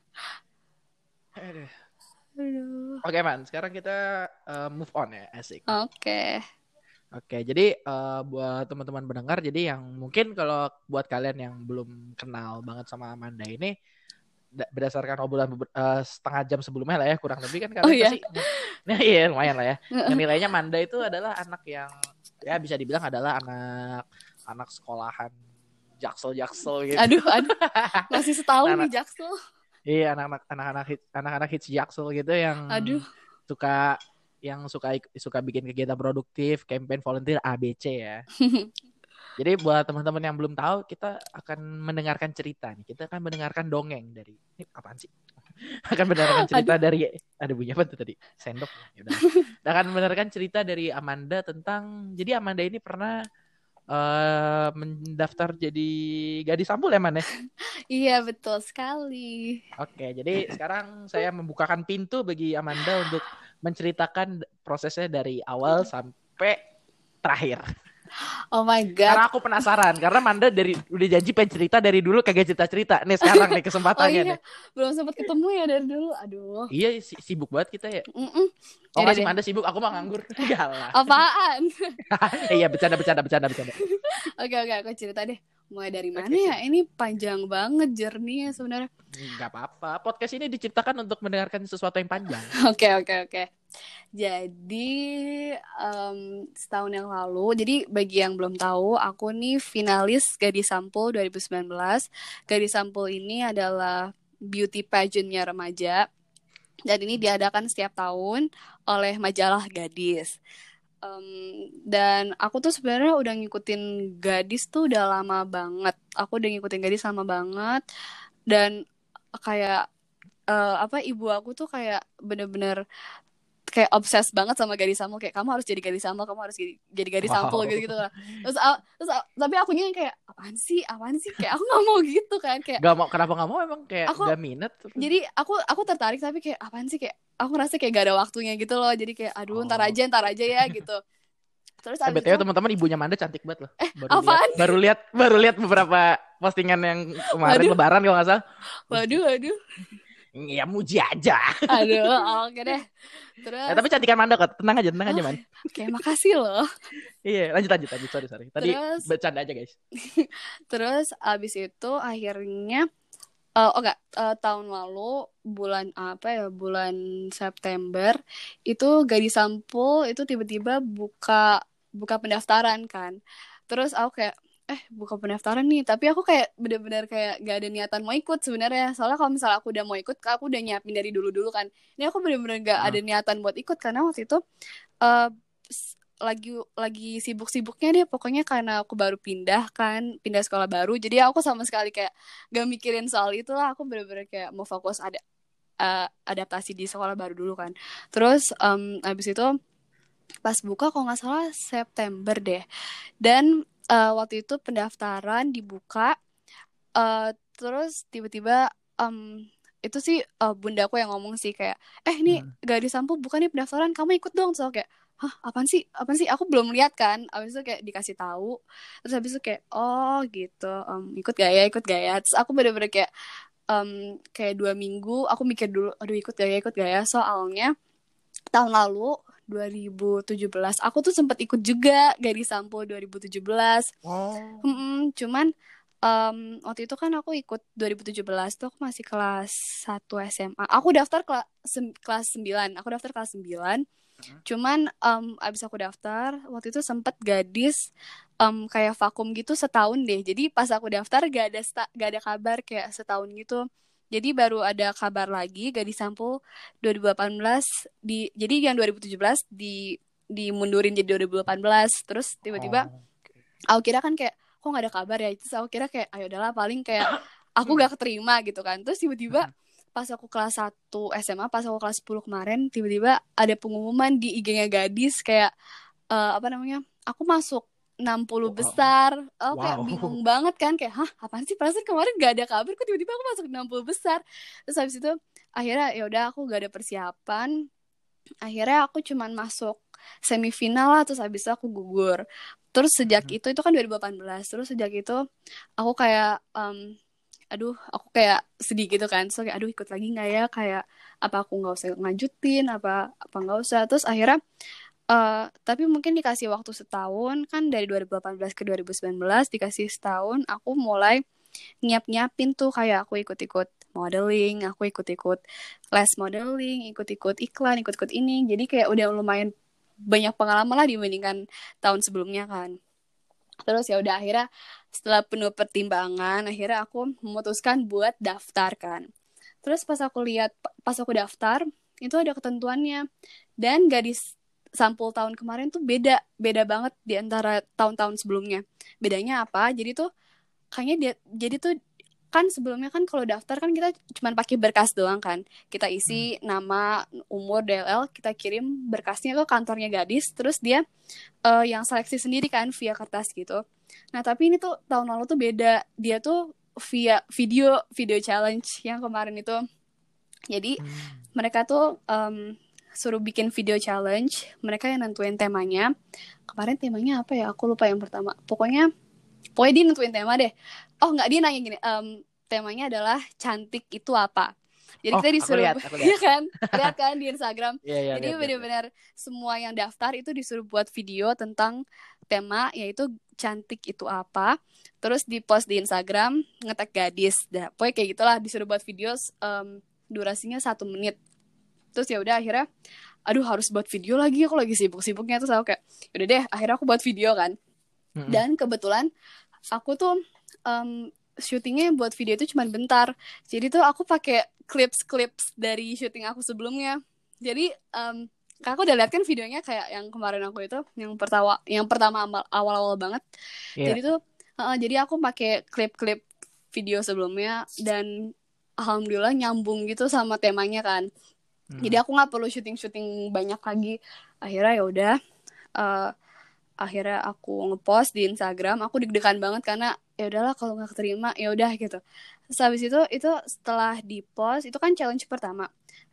Aduh. Aduh. Oke man, sekarang kita uh, move on ya, asik. Oke. Oke, jadi uh, buat teman-teman pendengar, jadi yang mungkin kalau buat kalian yang belum kenal banget sama Amanda ini, da- berdasarkan obrolan beber- uh, setengah jam sebelumnya lah ya, kurang lebih kan kalian Oh, iya. pasti, nah iya lumayan lah ya. Nilainya Amanda itu adalah anak yang ya bisa dibilang adalah anak anak sekolahan jaksel-jaksel gitu. Aduh, aduh. Masih setahun Anak- nih Jaksel. Iya, anak-anak anak-anak hits, anak-anak hits jaksel gitu yang Aduh. suka yang suka suka bikin kegiatan produktif, campaign volunteer A B C ya. Jadi buat teman-teman yang belum tahu, kita akan mendengarkan cerita nih. Kita akan mendengarkan dongeng dari ini apaan sih? Akan mendengarkan cerita Aduh. dari ada bunyi apa tuh tadi? Sendok. Ya udah. Akan mendengarkan cerita dari Amanda tentang jadi Amanda ini pernah uh, mendaftar jadi gadis sampul ya Man ya? Iya, betul sekali. Oke, jadi sekarang saya membukakan pintu bagi Amanda untuk menceritakan prosesnya dari awal sampai terakhir. Oh my god. Karena aku penasaran, karena Manda dari udah janji pengen cerita dari dulu kagak cerita-cerita. Nih sekarang nih Oh kesempatannya iya, nih. belum sempat ketemu ya dari dulu. Aduh. Iya si- sibuk banget kita ya. Mm-mm. Oh Yaudah nggak sih deh. Manda sibuk, aku mah nganggur. Enggak lah. Apaan? Iya bercanda bercanda bercanda bercanda. Oke oke, aku cerita deh. Mulai dari mana Oke, ya? siap. Ini panjang banget journey-nya sebenarnya. Nggak apa-apa. Podcast ini diciptakan untuk mendengarkan sesuatu yang panjang. Oke oke oke. Jadi em, setahun yang lalu, jadi bagi yang belum tahu, aku nih finalis Gadis Sampul dua ribu sembilan belas. Gadis Sampul ini adalah beauty pageant-nya remaja. Dan ini diadakan setiap tahun oleh majalah Gadis. Um, dan aku tuh sebenarnya udah ngikutin Gadis tuh udah lama banget. Aku udah ngikutin Gadis lama banget. Dan kayak eh, apa ibu aku tuh kayak bener-bener kayak obses banget sama Gadis Sampul, kayak kamu harus jadi Gadis Sampul, kamu harus jadi, jadi Gadis Sampul Wow. gitu-gitu lah. Terus, ah, terus ah, tapi akunya yang kayak apaan sih, apaan sih, kayak aku nggak mau gitu kan, kayak Gak mau, kenapa nggak mau emang kayak aku gak minat? jadi aku aku tertarik tapi kayak apaan sih, kayak aku ngerasa kayak gak ada waktunya gitu loh, jadi kayak aduh ntar Oh. aja ntar aja ya gitu. Terus Eh, abis B T W itu teman-teman ibunya Manda cantik banget loh. eh Baru lihat, apaan? baru lihat, baru lihat beberapa postingan yang kemarin Waduh, Lebaran kalau nggak salah. waduh, waduh, Ya muji aja. aduh, oke deh. Eh, Terus tapi cantikan Manda kok. Tenang aja, tenang aja oh, man. kayak makasih loh. Iya, lanjut lanjut lanjut. Sorry sorry. Tadi Terus bercanda aja guys. terus abis itu akhirnya eh, oh enggak, eh, tahun lalu bulan apa ya, bulan September itu Gadis Sampul itu tiba-tiba buka buka pendaftaran kan. Terus aku kayak eh buka pendaftaran nih, tapi aku kayak bener-bener kayak gak ada niatan mau ikut sebenarnya. Soalnya kalau misalnya aku udah mau ikut, aku udah nyiapin dari dulu-dulu kan. Ini aku bener-bener gak ada Ah. niatan buat ikut karena waktu itu eh, s- lagi lagi sibuk-sibuknya deh pokoknya, karena aku baru pindah kan, pindah sekolah baru. Jadi aku sama sekali kayak gak mikirin soal itu lah. Aku bener-bener kayak mau fokus ada eh, adaptasi di sekolah baru dulu kan. Terus em, abis itu pas buka kalau nggak salah September deh. Dan eh, waktu itu pendaftaran dibuka, eh, terus tiba-tiba em, itu sih eh, bundaku yang ngomong sih kayak, eh ini Hmm. Gadis Sampul bukan nih pendaftaran, kamu ikut dong. So kayak, hah apaan sih, apaan sih, aku belum lihat kan. Abis itu kayak dikasih tahu, terus habis itu kayak oh gitu, em, ikut gak ya, ikut gak ya. Terus aku bener-bener kayak em, kayak dua minggu aku mikir dulu, aduh ikut gak ya, ikut gak ya. Soalnya tahun lalu dua ribu tujuh belas aku tuh sempat ikut juga Gadis Sampul dua ribu tujuh belas. Oh. Mm-mm, cuman em, waktu itu kan aku ikut dua ribu tujuh belas tuh aku masih kelas satu S M A. Aku daftar kela- sem- kelas sembilan. Aku daftar kelas sembilan. Cuman em, abis aku daftar waktu itu sempet Gadis em, kayak vakum gitu setahun deh. Jadi pas aku daftar gak ada sta- gak ada kabar kayak setahun gitu. Jadi baru ada kabar lagi Gadis Sampul dua ribu delapan belas di, jadi yang dua ribu tujuh belas di dimundurin jadi dua ribu delapan belas. Terus tiba-tiba Oh. aku kira kan kayak kok nggak ada kabar ya. Terus aku kira kayak ayo udahlah paling kayak aku gak keterima gitu kan. Terus tiba-tiba pas aku kelas satu S M A, pas aku kelas sepuluh kemarin, tiba-tiba ada pengumuman di I G-nya Gadis kayak eh, apa namanya, aku masuk enam puluh Wow. besar. Aku kayak Wow. bingung banget kan, kayak hah apaan sih, perasaan kemarin gak ada kabar, kok tiba-tiba aku masuk enam puluh besar. Terus habis itu akhirnya ya udah aku gak ada persiapan. Akhirnya aku cuman masuk semifinal lah, terus habis itu aku gugur. Terus sejak itu, itu kan dua ribu delapan belas, terus sejak itu aku kayak em, aduh aku kayak sedih gitu kan. So kayak aduh ikut lagi nggak ya, kayak apa aku nggak usah ngajutin, apa apa nggak usah. Terus akhirnya eh tapi mungkin dikasih waktu setahun kan, dari dua ribu delapan belas ke dua ribu sembilan belas dikasih setahun, aku mulai nyiap-nyiapin tuh kayak aku ikut-ikut modeling, aku ikut-ikut les modeling, ikut-ikut iklan, ikut-ikut ini. Jadi kayak udah lumayan banyak pengalaman lah dibandingkan tahun sebelumnya kan. Terus ya udah akhirnya setelah penuh pertimbangan, akhirnya aku memutuskan buat daftar kan. Terus pas aku lihat, pas aku daftar itu ada ketentuannya, dan Gadis Sampul tahun kemarin tuh beda beda banget di antara tahun-tahun sebelumnya. Bedanya apa? Jadi tuh kayaknya dia, jadi tuh kan sebelumnya kan kalau daftar kan kita cuma pakai berkas doang kan, kita isi nama, umur, D L L, kita kirim berkasnya ke kantornya Gadis, terus dia uh, yang seleksi sendiri kan via kertas gitu. Nah tapi ini tuh tahun lalu tuh beda, dia tuh via video video challenge yang kemarin itu. Jadi Hmm. mereka tuh um, suruh bikin video challenge. Mereka yang nentuin temanya. Kemarin temanya apa ya? Aku lupa yang pertama. Pokoknya, pokoknya dia nentuin tema deh. Oh nggak, dia nanya gini. Um, temanya adalah cantik itu apa? Jadi Oh, kita aku disuruh, lihat, aku ya lihat. kan? Lihat kan di Instagram. Iya, iya, Jadi lihat, lihat, lihat. benar-benar semua yang daftar itu disuruh buat video tentang tema, yaitu cantik itu apa. Terus di-post di Instagram, nge-tag gadis. Dah, pokoknya kayak gitulah, disuruh buat video um, durasinya satu menit. Terus ya udah akhirnya, aduh harus buat video lagi, aku lagi sibuk-sibuknya. Terus aku kayak, udah deh, akhirnya aku buat video kan. Mm-mm. Dan kebetulan aku tuh um, syutingnya buat video itu cuma bentar. Jadi tuh aku pakai clips-clips dari syuting aku sebelumnya. Jadi um, kakak udah lihat kan videonya kayak yang kemarin aku itu, yang pertama, yang pertama awal-awal banget. Iya. Jadi tuh, uh, jadi aku pakai klip-klip video sebelumnya dan alhamdulillah nyambung gitu sama temanya kan. Hmm. Jadi aku nggak perlu syuting-syuting banyak lagi. Akhirnya ya udah. Uh, akhirnya aku ngepost di Instagram. Aku deg-degan banget karena ya udahlah kalau nggak keterima ya udah gitu. Terus habis itu itu setelah di post itu kan challenge pertama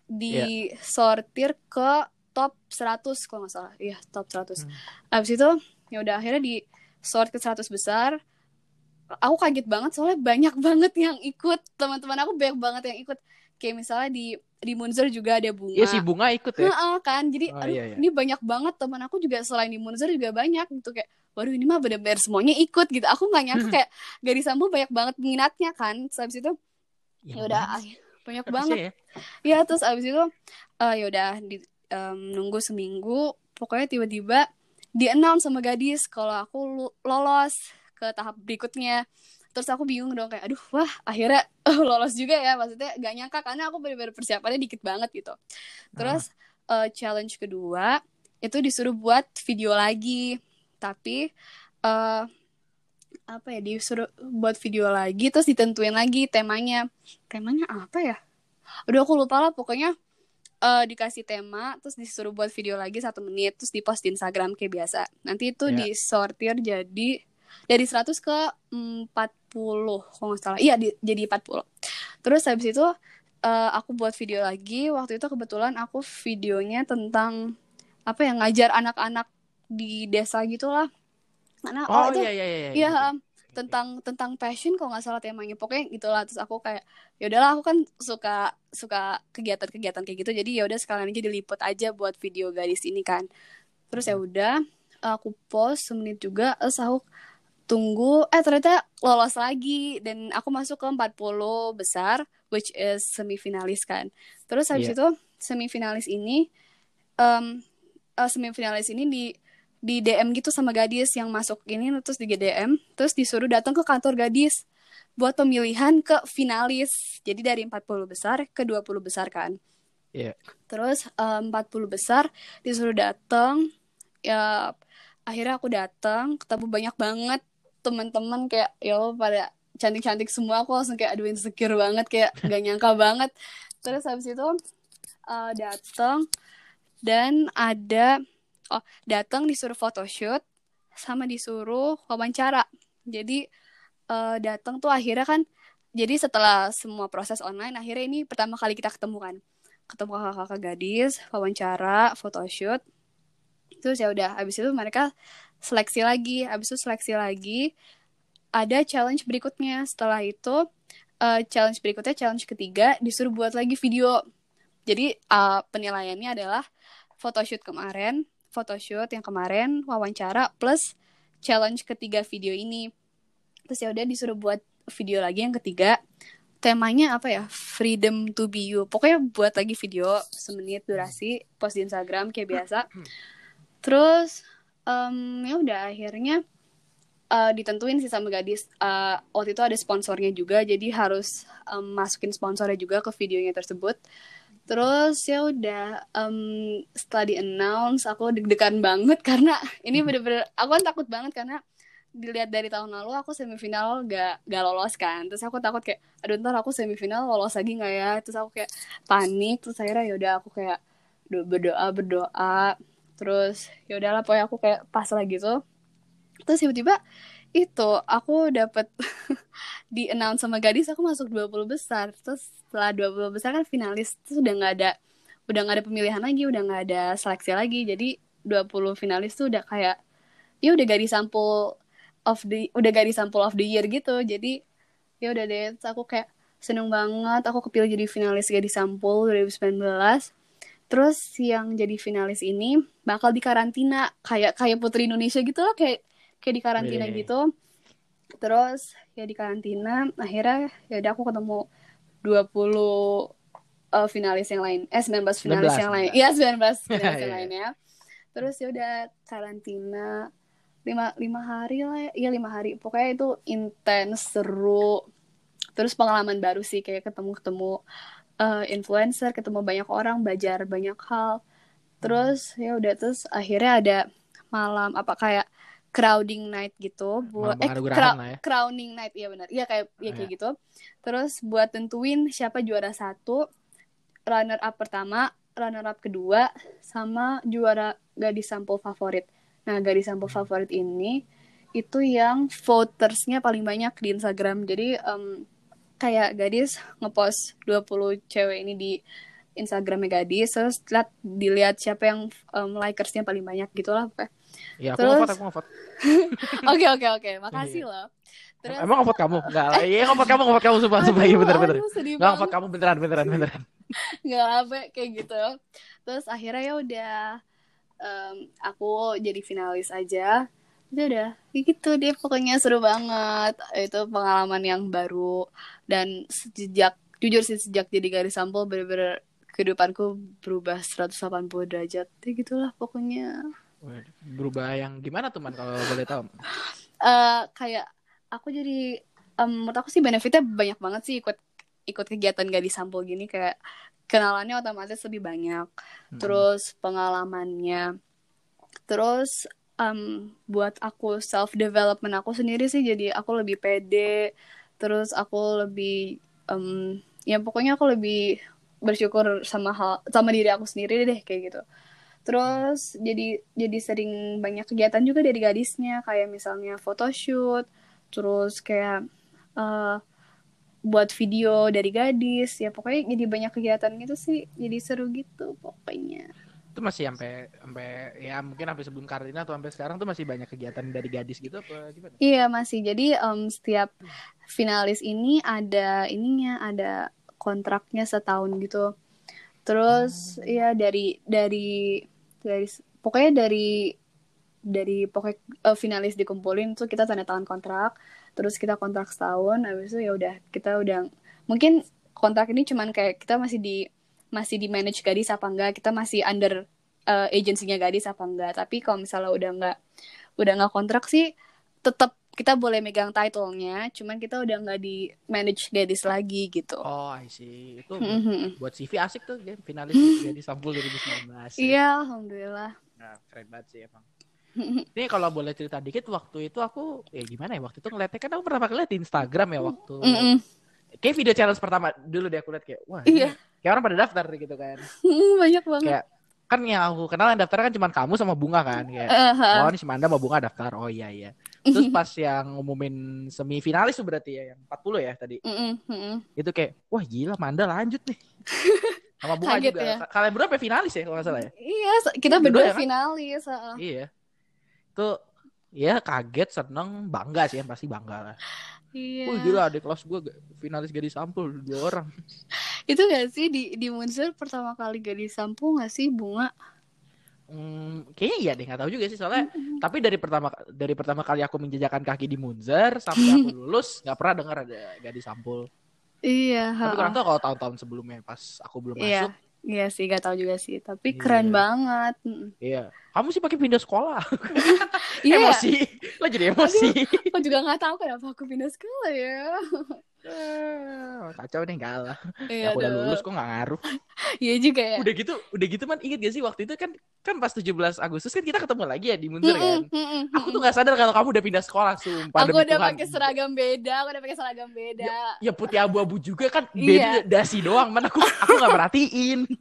disortir ke top seratus kalau nggak salah. Iya, top seratus. Hmm. Habis itu ya udah akhirnya di sort ke seratus besar. Aku kaget banget soalnya banyak banget yang ikut. Teman-teman aku banyak banget yang ikut. Kayak misalnya di di Munzer juga ada Bunga. Iya, si Bunga ikut ya. Nah, kan jadi oh, aduh iya, iya. ini banyak banget teman aku juga, selain di Munzer juga banyak gitu, kayak waduh ini mah bener-bener semuanya ikut gitu. Aku nggak nyangka kayak Gadis Sambo banyak banget minatnya kan. Terus abis itu ya udah banyak Tapi banget ya. ya. Terus abis itu uh, ya udah um, nunggu seminggu, pokoknya tiba-tiba di-announce sama Gadis kalau aku lolos ke tahap berikutnya. Terus aku bingung dong kayak aduh wah akhirnya uh, lolos juga ya, maksudnya gak nyangka karena aku bener-bener persiapannya dikit banget gitu. Terus uh, challenge kedua itu disuruh buat video lagi, tapi uh, apa ya, disuruh buat video lagi terus ditentuin lagi temanya. Temanya apa ya? Udah aku lupa lah, pokoknya uh, dikasih tema terus disuruh buat video lagi satu menit terus dipost di Instagram kayak biasa. Nanti itu yeah. disortir jadi dari seratus ke empat puluh kalau nggak salah. Iya, di, jadi empat puluh. Terus habis itu uh, aku buat video lagi. Waktu itu kebetulan aku videonya tentang apa ya, ngajar anak-anak di desa gitulah. Karena oh, oh itu iya iya iya. Iya, um, tentang tentang passion kalau nggak salah temanya. Pokoknya gitulah. Terus aku kayak ya udahlah, aku kan suka suka kegiatan-kegiatan kayak gitu. Jadi ya udah sekalian aja diliput aja buat video gadis ini kan. Terus ya udah aku post semenit juga, terus aku tunggu, eh ternyata lolos lagi dan aku masuk ke empat puluh besar, which is semifinalis kan. Terus habis yeah. itu semifinalis ini um, uh, semifinalis ini di di D M gitu sama Gadis yang masuk ini, terus di D M terus disuruh datang ke kantor Gadis buat pemilihan ke finalis. Jadi dari empat puluh besar ke dua puluh besar kan. Iya. Yeah. Terus um, empat puluh besar disuruh datang. Ya akhirnya aku datang, ketemu banyak banget teman-teman kayak ya pada cantik-cantik semua. Aku langsung kayak aduh insecure banget, kayak gak nyangka banget. Terus habis itu uh, datang dan ada oh datang disuruh photoshoot sama disuruh wawancara. Jadi uh, datang tuh akhirnya kan, jadi setelah semua proses online akhirnya ini pertama kali kita ketemu kan, ketemu kakak-kakak Gadis, wawancara, photoshoot. Terus ya udah habis itu mereka seleksi lagi, habis itu seleksi lagi ada challenge berikutnya. Setelah itu uh, challenge berikutnya, challenge ketiga, disuruh buat lagi video. Jadi uh, penilaiannya adalah photoshoot kemarin, photoshoot yang kemarin, wawancara plus challenge ketiga video ini. Terus ya udah disuruh buat video lagi yang ketiga. Temanya apa ya? Freedom to be you. Pokoknya buat lagi video semenit durasi, post di Instagram kayak biasa. Terus um, ya udah akhirnya uh, ditentuin sih sama Gadis. Uh, waktu itu ada sponsornya juga, jadi harus um, masukin sponsornya juga ke videonya tersebut. Terus ya udah um, setelah di announce aku deg-degan banget karena ini bener-bener aku kan takut banget karena dilihat dari tahun lalu aku semifinal gak, gak lolos kan. Terus aku takut kayak aduh ntar aku semifinal lolos lagi gak ya. Terus aku kayak panik. Terus akhirnya ya udah aku kayak berdoa berdoa terus ya udahlah pokoknya aku kayak pas lagi tuh. Terus tiba-tiba itu aku dapet di announce sama Gadis aku masuk dua puluh besar. Terus setelah dua puluh besar kan finalis, terus udah nggak ada udah nggak ada pemilihan lagi, udah nggak ada seleksi lagi. Jadi dua puluh finalis tuh udah kayak ya udah gadis sampul of the udah gadis sampul of the year gitu. Jadi ya udah deh, terus aku kayak seneng banget aku kepilih jadi finalis gadis sampul dua ribu sembilan belas. Terus yang jadi finalis ini bakal dikarantina kayak kayak Putri Indonesia gitu lah, kayak kayak dikarantina Wih. gitu. Terus ya dikarantina, akhirnya ya udah aku ketemu dua puluh uh, finalis yang lain. Eh sembilan belas sembilan finalis belas yang lain. Iya, sembilan belas finalis yang lainnya. Terus ya udah karantina lima lima hari lah ya. Iya lima hari. Pokoknya itu intens, seru. Terus pengalaman baru sih, kayak ketemu-ketemu uh, influencer, ketemu banyak orang, belajar banyak hal. Terus ya udah, terus akhirnya ada malam apa kayak crowding night gitu buat Malam eh penganugerahan crow- lah ya. crowning night, iya benar. Iya kayak ya Oh, kayak ya. gitu. Terus buat tentuin siapa juara satu, runner up pertama, runner up kedua, sama juara gadis sampul favorit. Nah, gadis sampul favorit ini itu yang votersnya paling banyak di Instagram. Jadi um, kayak gadis ngepost dua puluh cewek ini di Instagramnya gadis, terus lihat dilihat siapa yang um, likersnya paling banyak gitulah. Iya, aku Terus ngevote, aku ngevote. oke oke oke, makasih Iya. loh. Terus Emang ngevote kamu? Enggak lah. Iya, ngevote kamu, ngevote kamu sumpah, sumpah. Iya, aduh bener, bener. aduh sedih Enggak ngevote banget, kamu beneran, beneran, beneran. nggak apa kayak gitu. Terus akhirnya ya udah, um, aku jadi finalis aja. Udah udah kayak gitu deh, pokoknya seru banget. Itu pengalaman yang baru, dan sejak jujur sih sejak jadi garis sampul bener-bener kehidupanku berubah seratus delapan puluh derajat. Ya gitulah pokoknya. Berubah yang gimana tuh, Man, kalau boleh tahu? Uh, kayak aku jadi um, menurut aku sih benefitnya banyak banget sih ikut ikut kegiatan gadis sampul gini, kayak kenalannya otomatis lebih banyak, Hmm. terus pengalamannya, terus um, buat aku self development aku sendiri sih, jadi aku lebih pede, terus aku lebih um, ya pokoknya aku lebih bersyukur sama hal sama diri aku sendiri deh kayak gitu. Terus jadi jadi sering banyak kegiatan juga dari gadisnya, kayak misalnya photoshoot, terus kayak uh, buat video dari gadis, ya pokoknya jadi banyak kegiatan gitu sih, jadi seru gitu pokoknya. Itu masih sampai sampai ya mungkin sampai sebelum karantina atau sampai sekarang tuh masih banyak kegiatan dari gadis gitu apa gimana? Iya masih, jadi um, setiap finalis ini ada ininya, ada kontraknya setahun gitu. Terus Oh. ya dari dari dari pokoknya dari dari pokoknya uh, finalis dikumpulin tuh kita tanda tangan kontrak, terus kita kontrak setahun, habis itu ya udah kita udah mungkin kontrak ini cuman kayak kita masih di masih di manage gadis apa enggak, kita masih under uh, agensinya gadis apa enggak, tapi kalau misalnya udah enggak udah enggak kontrak sih tetap kita boleh megang title-nya, cuman kita udah nggak di manage gadis lagi gitu. Oh, I see. Itu buat, buat C V asik tuh, game finalis gadis sampul dua ribu sembilan belas. Iya, alhamdulillah. Nah, keren banget sih emang. Ini kalau boleh cerita dikit, waktu itu aku ya gimana ya, waktu itu ngeliatnya kan aku pertama kali liat di Instagram ya waktu Mm-mm. kayak video challenge pertama dulu deh aku liat kayak wah Iya. ini kayak orang pada daftar gitu kan. Banyak banget. Kayak kan yang aku kenal yang daftar kan cuma kamu sama Bunga kan, kayak Uh-huh. oh ini si Manda sama Bunga daftar, oh iya iya. Terus pas yang ngumumin semifinalis tuh berarti ya yang empat puluh ya tadi. Mm-mm, mm-mm. Itu kayak wah gila Manda lanjut nih. Sama Bunga Kaget juga. ya. Kalian berdua apa finalis ya kalau nggak salah ya? Iya, kita Berdua berdua ya kan? finalis. Uh. Iya. Tuh ya kaget, seneng, bangga sih, yang pasti bangga lah. Iya. Wih gila adik kelas gue finalis gadis sampul dua orang. Itu gak sih di di Munzer pertama kali gadis sampul gak sih Bunga? Hmm, kayaknya iya deh, nggak tahu juga sih soalnya. Tapi dari pertama dari pertama kali aku menjejakkan kaki di Munzer sampai aku lulus nggak pernah dengar ada gadis sampul. Iya. Tapi kurang tahu kalau tahun-tahun sebelumnya pas aku belum Iya. masuk. Iya sih, gak tahu juga sih. Tapi Iya. keren banget. Mm. Iya. Kamu sih pakai pindah sekolah. Iya. Emosi. Lo jadi emosi. Aku juga gak tahu kenapa aku pindah sekolah ya. Eh, kacau nih, enggak lah. Iya, Ya, aku udah aduh. lulus kok nggak ngaruh. Iya juga ya. Udah gitu, udah gitu man, inget gak sih waktu itu kan kan pas tujuh belas Agustus kan kita ketemu lagi ya di Munzer kan. Mm-mm, mm-mm, Aku tuh mm-mm. nggak sadar kalau kamu udah pindah sekolah, sumpah Aku demi udah Tuhan. pakai seragam beda, aku udah pakai seragam beda. Ya putih abu-abu juga kan, Iya. beda dasi doang, man aku aku nggak merhatiin.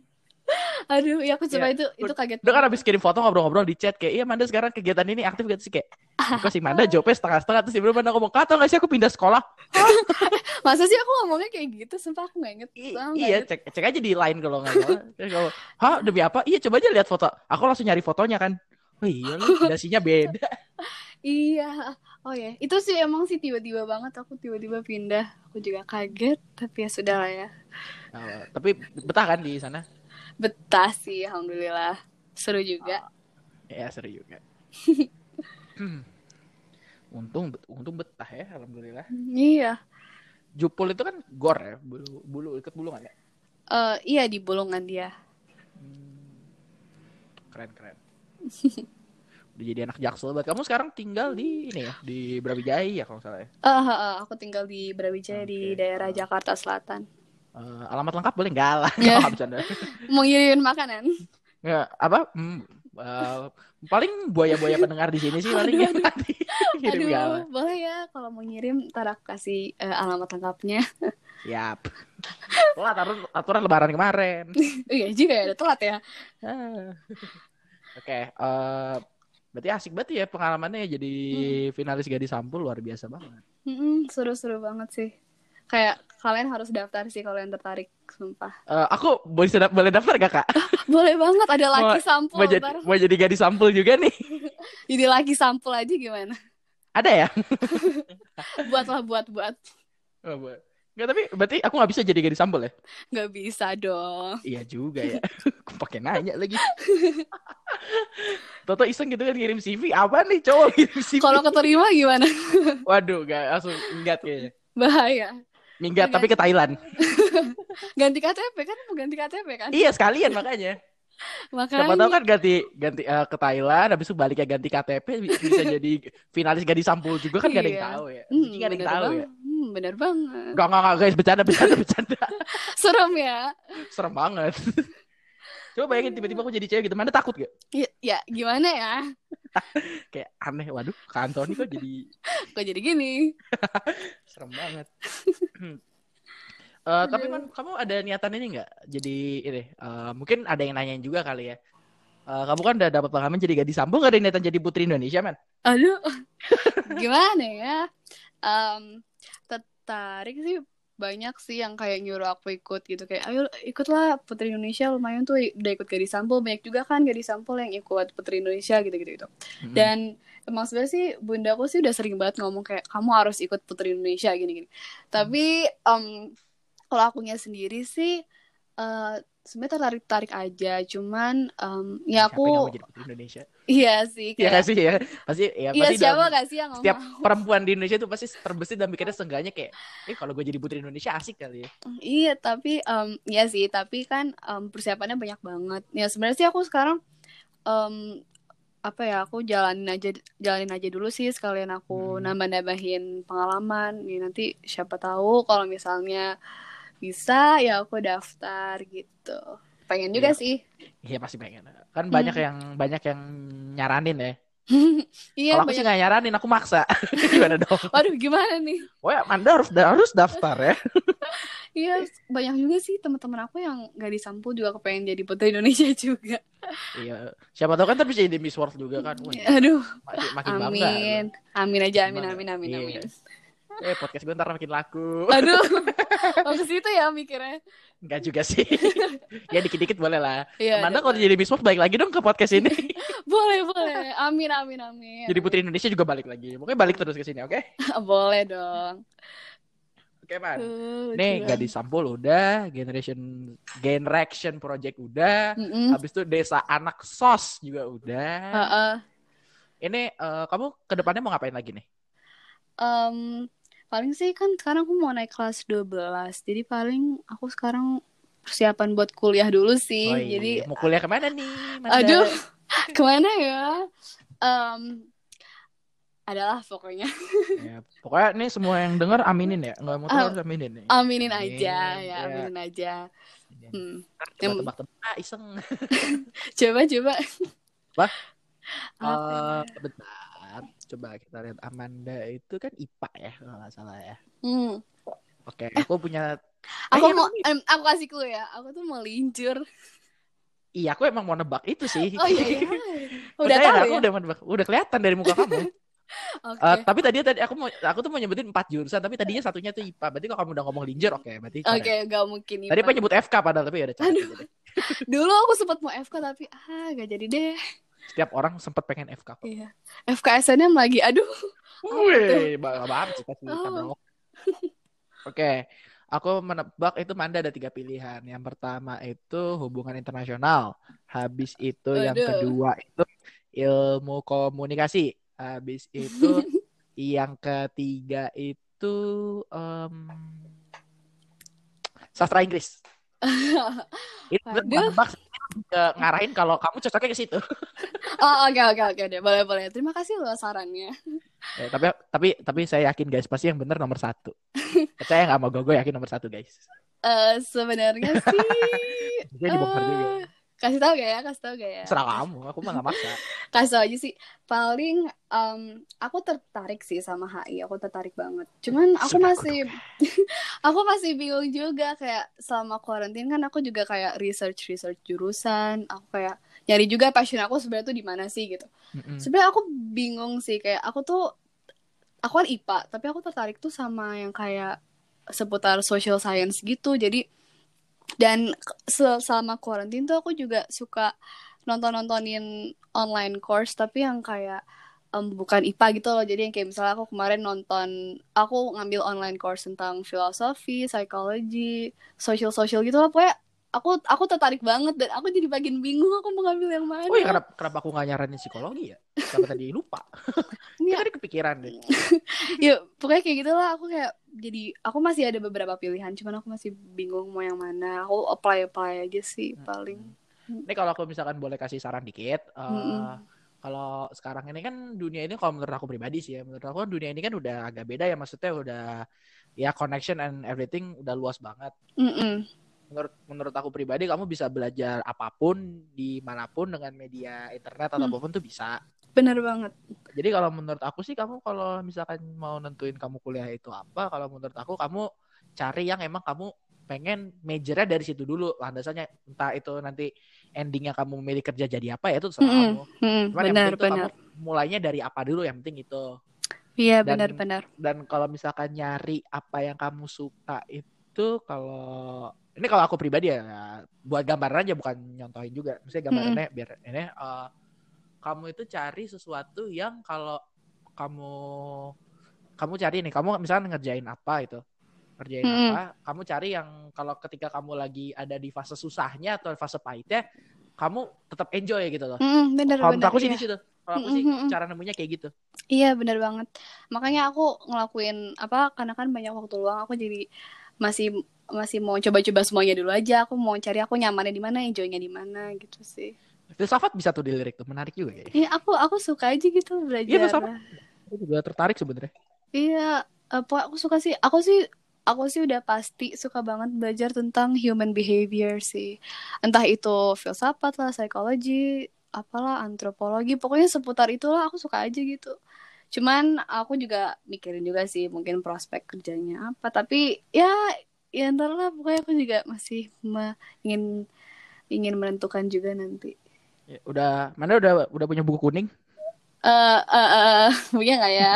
Aduh, ya aku coba Ya, itu itu kaget udah kan banget. habis kirim foto ngobrol-ngobrol di chat kayak, iya Manda sekarang kegiatan ini aktif gak sih kayak, kok si Manda jawabnya setengah-setengah terus tiba-tiba Manda ngomong, kata nggak sih aku pindah sekolah? Masa sih aku ngomongnya kayak gitu? Sumpah aku nggak inget. I- Sumpah nggak iya inget. cek cek aja di line kalau nggak salah. Terus kalau, hah demi apa? Iya coba aja lihat foto. Aku langsung nyari fotonya kan. Oh iya lu dasinya beda. Iya. Oh ya, itu sih emang sih tiba-tiba banget aku tiba-tiba pindah. Aku juga kaget, tapi ya sudah lah ya. Oh, tapi betah kan di sana? Betah sih, alhamdulillah. Seru juga. Oh, ya seru juga. Hmm, untung untung betah ya, alhamdulillah. Iya. Jupul itu kan gor ya, bulu bulu ikut bulungan ya. Eh iya di Bolongan dia. Hmm, keren keren. Udah jadi anak Jaksel banget. Kamu sekarang tinggal di ini ya, di Brawijaya ya kalau nggak salah ya. Ah, ah, ah, aku tinggal di Brawijaya di Oke. daerah Eh, Jakarta Selatan. eh, alamat lengkap boleh nggak lah? Ya, Nggak bercanda. mau ngirimin makanan. Nggak, apa? Hmm, eh, paling buaya-buaya pendengar di sini sih paling Aduh, ya aduh. nanti kirim Aduh, galah. boleh ya kalau mau ngirim ntar aku kasih eh, alamat lengkapnya. Siap. Telat aturan, aturan lebaran kemarin. Iya juga ya, udah telat ya. Ah. Oke, eh, berarti asik banget ya pengalamannya ya jadi Mm. finalis Gadis Sampul luar biasa banget. Mm-mm, seru-seru banget sih. Kayak kalian harus daftar sih kalau yang tertarik, sumpah. Eh, aku boleh sedap- boleh daftar gak kak? Boleh banget, ada Mau, laki mau sampul jadi ntar. mau jadi Gadis Sampul juga nih. Jadi laki sampul aja gimana? Ada ya? Buatlah, buat-buat. Oh, bu- Nggak, tapi berarti aku nggak bisa jadi Gadis Sampul ya? Nggak bisa dong. Iya juga ya. Aku pakai nanya lagi. Toto iseng gitu kan kirim C V. Apa nih cowok kirim C V? Kalau keterima gimana? Waduh, gak langsung minggat kayaknya. Bahaya. Minggat Ganti, tapi ke Thailand. ganti K T P kan, mau ganti K T P kan? Iya sekalian makanya. Siapa tahu Makanya. kan ganti ganti eh, ke Thailand, habis itu baliknya ganti K T P bi- bisa jadi finalis Gadis Sampul juga kan gak ada yang Iya. tahu ya. Hmm, Mungkin gak ada yang bener tahu ya. banget. Hmm, bener banget. Gak, gak, gak, guys, bercanda, bercanda, bercanda. Serem ya. Serem banget. Coba bayangin tiba-tiba aku jadi cewek gitu, mana takut gak? Ya, ya gimana ya? Kayak aneh, waduh, Kak Antoni kok jadi Kok jadi gini? serem banget. Eh, tapi Aduh. man, kamu ada niatan ini nggak? Jadi ini, eh, mungkin ada yang nanyain juga kali ya. Eh, kamu kan udah dapat pengalaman jadi Gadis Sampul, gak ada niatan jadi Putri Indonesia, man? Aduh, gimana ya? Um, tertarik sih banyak sih yang kayak nyuruh aku ikut gitu kayak ayo ikutlah Putri Indonesia lumayan tuh udah ikut Gadis Sampul banyak juga kan Gadis Sampul yang ikut Putri Indonesia gitu-gitu gitu. Mm-mm. Dan emang sebenarnya sih bundaku sih udah sering banget ngomong kayak kamu harus ikut Putri Indonesia gini-gini. Tapi um, kalau akunya sendiri sih uh, sebenarnya tertarik-tarik aja cuman um, ya Siapa yang nggak aku mau jadi Putri Indonesia? iya sih Iya kayak gak sih ya? Pasti ya iya pasti siapa dalam gak sih yang nggak setiap mau. perempuan di Indonesia itu pasti terbesit dalam pikirnya seenggaknya kayak, eh kalau gue jadi Putri Indonesia asik kali ya. Iya, tapi um, ya sih, tapi kan um, persiapannya banyak banget. Ya sebenarnya sih aku sekarang um, apa ya, aku jalanin aja jalanin aja dulu sih sekalian aku Hmm. nambah-nambahin pengalaman. Ya, nanti siapa tahu kalau misalnya bisa ya aku daftar gitu. Pengen juga Iya, sih. iya pasti pengen. Kan banyak Hmm. yang banyak yang nyaranin ya. Iya Kalau aku sih banyak. nggak nyaranin, aku maksa. Gimana dong? Waduh, gimana nih? Wah, Anda harus harus daftar ya. Iya, banyak juga sih teman-teman aku yang gak disampul juga kepengen jadi Putri Indonesia juga. Iya, siapa tahu kan tapi bisa jadi Miss World juga kan. Wah, Aduh, makin, makin bangga. amin. Amin aja, amin, Bangga. amin, amin, Iya. amin. Eh, podcast gue ntar makin laku. Aduh, oh ke situ ya mikirnya. Enggak juga sih. Ya dikit-dikit boleh lah. Iya, Amanda ada kalau boleh. jadi Miss World balik lagi dong ke podcast ini. Boleh, boleh. Amin, amin, amin. Jadi Putri Indonesia juga balik lagi. Pokoknya balik terus ke sini, oke? Boleh dong. Oke, Man. Uh, Nih, lucu Gadis Sampul udah, Generation Generation Project udah, Mm-mm. habis itu Desa Anak Sos juga udah. Uh-uh. Ini eh, kamu ke depannya mau ngapain lagi nih? Um, paling sih kan sekarang aku mau naik kelas dua belas. Jadi paling aku sekarang persiapan buat kuliah dulu sih. Oh Jadi iya, mau kuliah kemana nih, Manda? aduh, kemana ya? Um, adalah pokoknya. Ya, pokoknya nih semua yang denger aminin ya, nggak mau tahu Am- harus aminin nih. Aminin Amin, aja ya, ya. aminin aja. Hmm. Coba Yang- tebak-tebak, ah, iseng. Coba, coba. Apa? Apa Eh, ya? bentar, coba kita lihat. Amanda itu kan I P A ya, kalau nggak salah ya. Hmm. Oke, aku punya. Aku Eh, iya, mau, bener. em, aku kasih clue ya. Aku tuh mau lincur. Iya, aku emang mau nebak itu sih. Oh iya, iya. Udah Percaya tahu nggak? Aku ya? udah mau nebak, udah kelihatan dari muka kamu. Eh, Oke. tapi tadi tadi aku mau aku tuh mau nyebutin empat jurusan, tapi tadinya satunya tuh I P A. Berarti kalau kamu udah ngomong linjer, oke, berarti Oke, coret. gak mungkin Tadi I P A. apa nyebut F K padahal, tapi ya udah coret Aduh, aja deh. dulu aku sempat mau F K tapi ah gak jadi deh. Setiap orang sempat pengen F K kok. Iya. F K S N M lagi, aduh. Apa tuh? Wih, bangga banget cita-cita Oh. bro. Oke, aku menebak itu Manda ada tiga pilihan. Yang pertama itu hubungan internasional. Habis itu yang Aduh. kedua itu ilmu komunikasi. Habis itu yang ketiga itu em, sastra Inggris. Itu sebenarnya bukan Waduh. nebak sih, ke ngarahin kalau kamu cocoknya ke situ. Oh, oke oke oke deh, boleh boleh. Terima kasih loh sarannya. Eh, tapi tapi tapi saya yakin guys pasti yang benar nomor satu. Percaya nggak sama gue? Gue yakin nomor satu guys. Eh sebenarnya sih Dia dibongkar juga. eh kasih tahu gak ya? Kasih tahu gak ya? Serah kamu, aku mah nggak maksa. Kasih tahu aja sih. Paling em, aku tertarik sih sama H I. Aku tertarik banget. Cuman aku Sudah, masih aku masih bingung juga kayak selama karantin kan aku juga kayak research research jurusan. Aku kayak nyari juga passion aku sebenarnya tuh di mana sih gitu. Mm-mm. Sebenarnya aku bingung sih kayak aku tuh aku kan I P A, tapi aku tertarik tuh sama yang kayak seputar social science gitu. Jadi dan selama quarantine tuh aku juga suka nonton-nontonin online course tapi yang kayak um, bukan I P A gitu loh. Jadi yang kayak misalnya aku kemarin nonton, aku ngambil online course tentang filosofi, psychology, social-social gitu lah. Pokoknya aku aku tertarik banget dan aku jadi bagian bingung aku mau ngambil yang mana. Oh ya kenapa, kenapa aku nggak nyaranin psikologi ya? Kenapa tadi lupa? Ini Tadi kepikiran deh. ya pokoknya kayak gitulah, aku kayak jadi aku masih ada beberapa pilihan cuman aku masih bingung mau yang mana. Aku apply apply aja sih paling. Ini kalau aku misalkan boleh kasih saran dikit, uh, Mm-mm. kalau sekarang ini kan dunia ini kalau menurut aku pribadi sih ya, menurut aku dunia ini kan udah agak beda ya, maksudnya udah ya connection and everything udah luas banget. Mm-mm. Menurut menurut aku pribadi kamu bisa belajar apapun dimanapun dengan media internet atau Hmm. apapun tuh bisa. Bener banget. Jadi kalau menurut aku sih kamu kalau misalkan mau nentuin kamu kuliah itu apa, kalau menurut aku kamu cari yang emang kamu pengen majornya dari situ dulu landasannya, entah itu nanti endingnya kamu memilih kerja jadi apa ya itu terserah Mm-mm. kamu. Mm-mm. Cuman yang Benar penting tuh kamu benar. mulainya dari apa dulu, yang penting itu. Iya Dan benar benar. dan kalau misalkan nyari apa yang kamu suka itu, kalau ini kalau aku pribadi ya buat gambaran aja bukan nyontohin juga, maksudnya gambarannya Mm-mm. biar ini uh, kamu itu cari sesuatu yang kalau kamu kamu cari nih, kamu misalnya ngerjain apa itu, ngerjain Mm-mm. apa, kamu cari yang kalau ketika kamu lagi ada di fase susahnya atau fase pahitnya, kamu tetap enjoy gitu loh. Mm-mm. Benar Kalau menurut benar aku sih iya. di situ. Kalau aku sih Mm-mm. cara nemunya kayak gitu. Iya benar banget. Makanya aku ngelakuin apa karena kan banyak waktu luang, aku jadi masih masih mau coba-coba semuanya dulu aja. Aku mau cari aku nyamannya di mana, enjoynya di mana gitu sih. Filsafat bisa tuh dilirik tuh, menarik juga kayaknya. Iya, aku aku suka aja gitu Iya belajar. filsafat, aku juga tertarik sebenarnya. Iya, apa aku suka sih. Aku sih aku sih udah pasti suka banget belajar tentang human behavior sih. Entah itu filsafat lah, psikologi, apalah, antropologi, pokoknya seputar itulah aku suka aja gitu. Cuman aku juga mikirin juga sih mungkin prospek kerjanya apa. Tapi ya ya ntar lah, pokoknya aku juga masih me- ingin ingin menentukan juga nanti. Ya, udah mana udah udah punya buku kuning? Eh eh eh punya nggak ya?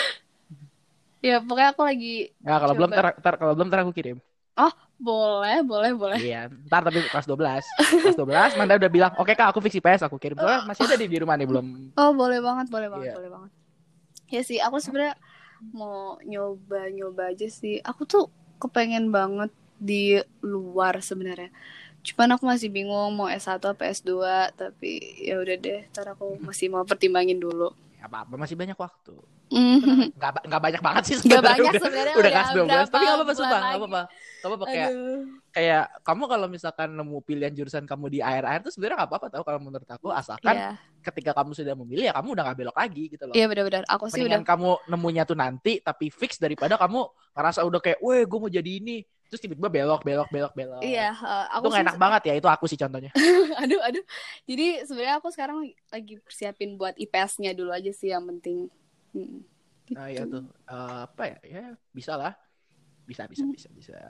Ya pokoknya aku lagi Ya kalau belum coba. tar, tar kalau belum tar aku kirim. Oh, boleh, boleh, boleh. Iya, ntar tapi kelas dua belas. Kelas dua belas Manda udah bilang, "Oke Kak, aku fix I P S, aku kirim." Soalnya masih ada di di rumah nih belum. Oh, boleh banget, boleh banget, Iya. boleh banget. Ya sih, aku sebenarnya mau nyoba-nyoba aja sih. Aku tuh kepengen banget di luar sebenarnya. Cuman aku masih bingung mau S satu apa S dua, tapi ya udah deh, ntar aku masih mau pertimbangin dulu. Ya, apa-apa masih banyak waktu. Mm. Nggak ba- nggak banyak banget sih Gak sebenarnya. banyak udah, sebenarnya, udah udah kelas dua belas, tapi nggak apa-apa bulan sumpah, nggak lagi. apa-apa. Nggak apa-apa kayak Aduh. kayak kamu kalau misalkan nemu pilihan jurusan kamu di akhir-akhir tuh sebenarnya nggak apa-apa tau kalau menurut aku, asalkan Iya, ketika kamu sudah memilih ya kamu udah nggak belok lagi gitu loh. iya benar-benar. Aku sih udah. Mendingan kamu nemunya tuh nanti tapi fix daripada kamu ngerasa udah kayak, "Weh, gue mau jadi ini." Terus tiba-tiba belok, belok, belok, belok. Iya, uh, Itu aku nggak sih. enak banget ya, itu aku sih contohnya. aduh, aduh. Jadi sebenarnya aku sekarang lagi persiapin buat I P S-nya dulu aja sih yang penting. Hmm. Nah ya tuh, uh, apa ya, ya bisa lah. Bisa, bisa, bisa, bisa.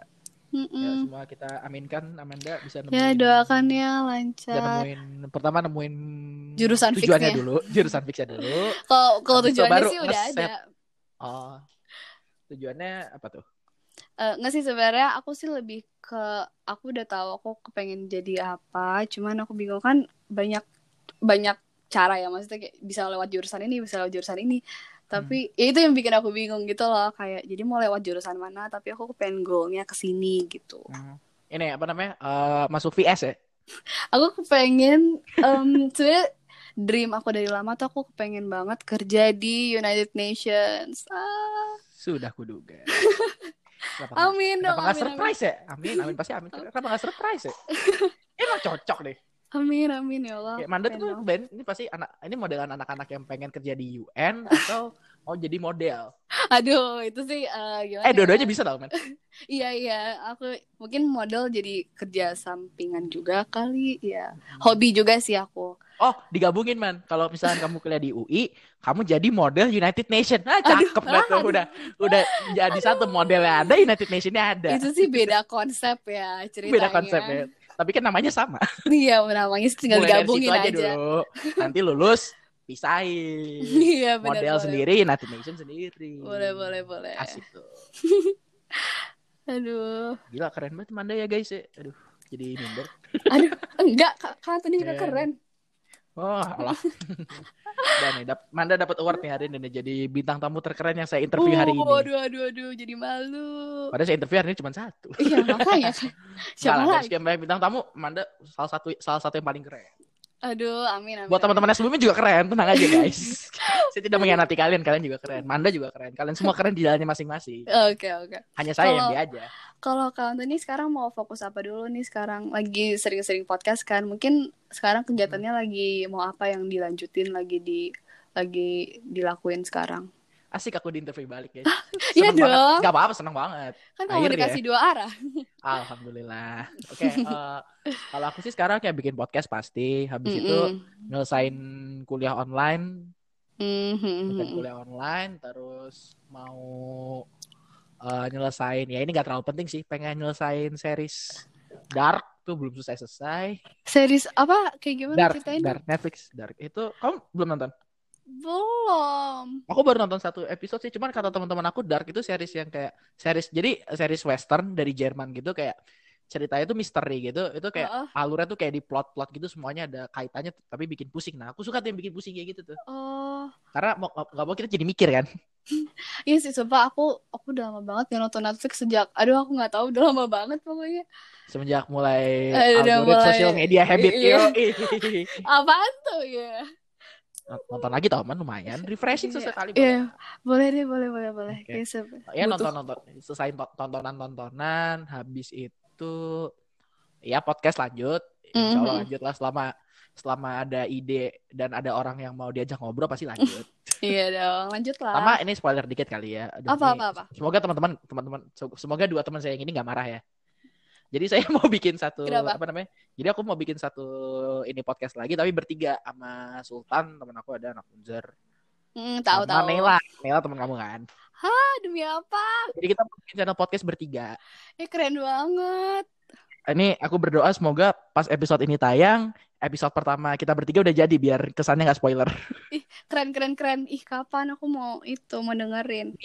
Ya Mm-mm. semua kita aminkan Amanda bisa Ya nemuin doakan ya bisa lancar nemuin pertama nemuin jurusan tujuannya fixnya. dulu, jurusan fixnya dulu. Kalau kalau Habis itu tujuannya baru sih udah ada. ngeset. Oh, tujuannya apa tuh? Eh, nggak sih sebenarnya aku sih lebih ke aku udah tahu aku kepengen jadi apa, cuman aku bingung kan banyak banyak cara ya maksudnya kayak bisa lewat jurusan ini bisa lewat jurusan ini Hmm. tapi ya itu yang bikin aku bingung gitu loh kayak jadi mau lewat jurusan mana tapi aku pengen goalnya ke sini gitu. Hmm. Ini apa namanya? Eh, masuk V S ya? Aku kepengen um, sebenarnya dream aku dari lama tuh aku kepengen banget kerja di United Nations. Ah, Sudah kuduga. Kenapa nggak? amin Kenapa dong, nggak amin amin. surprise ya? Amin, amin pasti amin. Kenapa nggak surprise ya? Emang cocok deh. Amin amin ya Allah, Kayak aku Manda pengen tuh banget. Ben, ini pasti anak ini modelan anak-anak yang pengen kerja di U N atau mau jadi model. Aduh, itu sih eh, Eh, gimana ya? dua-duanya bisa tau, men. Iya iya, aku mungkin model jadi kerja sampingan juga kali ya. Hobi juga sih aku. Oh, digabungin, man. Kalau misalnya kamu kuliah di U I, kamu jadi model United Nation. Ah, Aduh, cakep dah ah, tuh. aduh, Udah, udah jadi satu modelnya ada, United Nationnya ada. itu sih beda konsep ya Beda ceritanya. konsepnya. Tapi kan namanya sama. Iya, namanya sih tinggal Mulai dari situ digabungin aja aja. dulu. Nanti lulus, pisahin. Iya, benar Model boleh. sendiri, United Nation sendiri. Boleh, boleh, boleh. Asik tuh. Aduh. Gila, keren banget Manda ya guys ya. Aduh, jadi minder. Aduh, enggak, Kak, Kak Tony juga Eh, keren. Oh, alah. Dan nih, dap- Manda dapat award nih hari ini nih, jadi bintang tamu terkeren yang saya interview hari Uh, ini. aduh, aduh, aduh, jadi malu. Padahal saya interview hari ini cuma satu. Iya, makanya kan. Enggak Siapa lah, dari lagi? sekian banyak bintang tamu, Manda salah satu salah satu yang paling keren. Aduh, amin, amin, Buat amin. teman-teman yang sebelumnya juga keren, tenang aja guys. Saya tidak mengkhianati kalian, kalian juga keren. Manda juga keren. Kalian semua keren di jalannya masing-masing. Oke, oke. Hanya saya yang Kalau dia aja. kalau Kak Antoni sekarang mau fokus apa dulu nih sekarang? Lagi sering-sering podcast kan? Mungkin sekarang kegiatannya lagi mau apa yang dilanjutin lagi di lagi dilakuin sekarang? Asik aku di interview balik guys. Iya Seneng banget. dong. Gak apa-apa, seneng banget. Kan Akhirnya. komunikasi dua arah. Alhamdulillah. Oke, eh, kalau aku sih sekarang kayak bikin podcast pasti. Habis itu Mm-mm. nyelesain kuliah online, nyelesain Mhm. kuliah online, terus mau eh, nyelesain. Ya ini gak terlalu penting sih. Pengen nyelesain series Dark tuh belum selesai-selesai. Series apa? Kayak gimana Dark, ceritain Dark dong? Netflix Dark. Itu kamu belum nonton? Belum. Aku baru nonton satu episode sih, cuman kata teman-teman aku Dark itu series yang kayak series jadi series western dari Jerman gitu, kayak ceritanya tuh misteri gitu. Itu kayak Heeh. alurnya tuh kayak di plot-plot gitu, semuanya ada kaitannya tapi bikin pusing. Nah, aku suka tuh yang bikin pusing kayak gitu tuh. Oh, Karena mau nggak mau kita jadi mikir kan. iya sih sumpah aku aku udah lama banget gak nonton Netflix sejak aduh aku nggak tahu udah lama banget pokoknya. Semenjak mulai Eh, udah algoritma mulai sosial media habit. iya. Yo, Apaan tuh ya? nonton lagi tau man, lumayan refreshing sesekali Iya, boleh. boleh deh, boleh, boleh, boleh. Oke. Kayak se- Ya butuh. nonton nonton selesai tontonan-tontonan, habis itu ya podcast lanjut. Insya Allah Mhm. lanjut lah selama selama ada ide dan ada orang yang mau diajak ngobrol pasti lanjut. Iya dong, lanjut Sama lah. ini spoiler dikit kali ya. Aduh, Apa, nih, apa, apa? semoga teman-teman teman-teman semoga dua teman saya yang ini nggak marah ya. Jadi saya mau bikin satu Kenapa? apa namanya? Jadi aku mau bikin satu ini podcast lagi tapi bertiga sama Sultan, teman aku ada anak Unzer. Hmm, tahu, Sama tahu. Nela, Nela teman kamu kan. Hah, demi apa? Jadi kita mau bikin channel podcast bertiga. Eh, keren banget. Ini aku berdoa semoga pas episode ini tayang, episode pertama kita bertiga udah jadi biar kesannya nggak spoiler. Ih, keren, keren, keren. Ih, kapan aku mau itu, mau dengerin?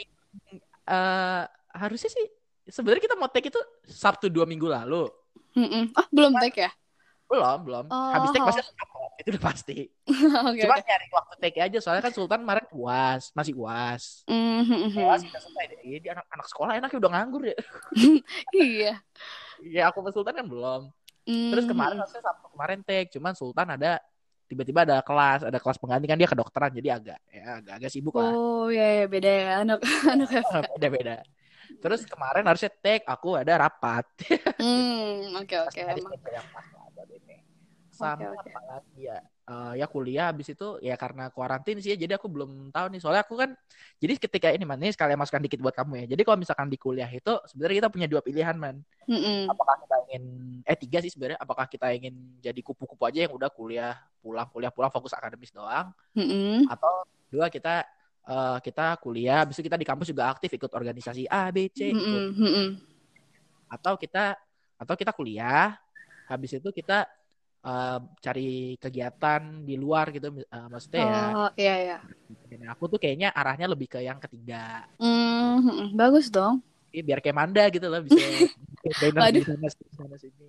Uh, harusnya sih sebenarnya kita mau take itu Sabtu dua minggu lalu. Mm-mm. Ah, belum take ya? Belum, belum. Oh, Habis take oh. pasti itu udah pasti. Oke, Cuma oke. nyari waktu take aja soalnya kan Sultan kemarin uas, masih uas. Mhm. Uas kita selesai deh. Jadi anak-anak sekolah enaknya udah nganggur ya. Iya. Ya aku sama Sultan kan belum. Terus Mhm. kemarin harusnya Sabtu kemarin take, cuman Sultan ada tiba-tiba ada kelas, ada kelas pengganti kan dia kedokteran jadi agak ya agak, agak sibuk lah. Oh, ya, ya, beda ya anak anak F K. Beda-beda. Terus kemarin harusnya take, aku ada rapat. Hmm, oke, oke, Jadi emang. take yang pas lah buat ini. Sama Oke, oke. apa lagi ya? Eh, ya kuliah habis itu ya karena kuarantin sih ya, jadi aku belum tahu nih soalnya aku kan jadi ketika ini man ini sekalian masukkan dikit buat kamu ya, jadi kalau misalkan di kuliah itu sebenarnya kita punya dua pilihan man. Mm-mm. Apakah kita ingin eh tiga sih sebenarnya, apakah kita ingin jadi kupu-kupu aja yang udah kuliah pulang kuliah pulang fokus akademis doang, Mm-mm. atau dua kita uh, kita kuliah habis itu kita di kampus juga aktif ikut organisasi A B C ikut Mm-mm. Mm-mm. atau kita atau kita kuliah, habis itu kita uh, cari kegiatan di luar gitu, uh, maksudnya ya. Oh iya ya. Aku tuh kayaknya arahnya lebih ke yang ketiga. Hmm, bagus dong. Jadi biar kayak Manda gitu loh, bisa energi Waduh. sana sini sana sini.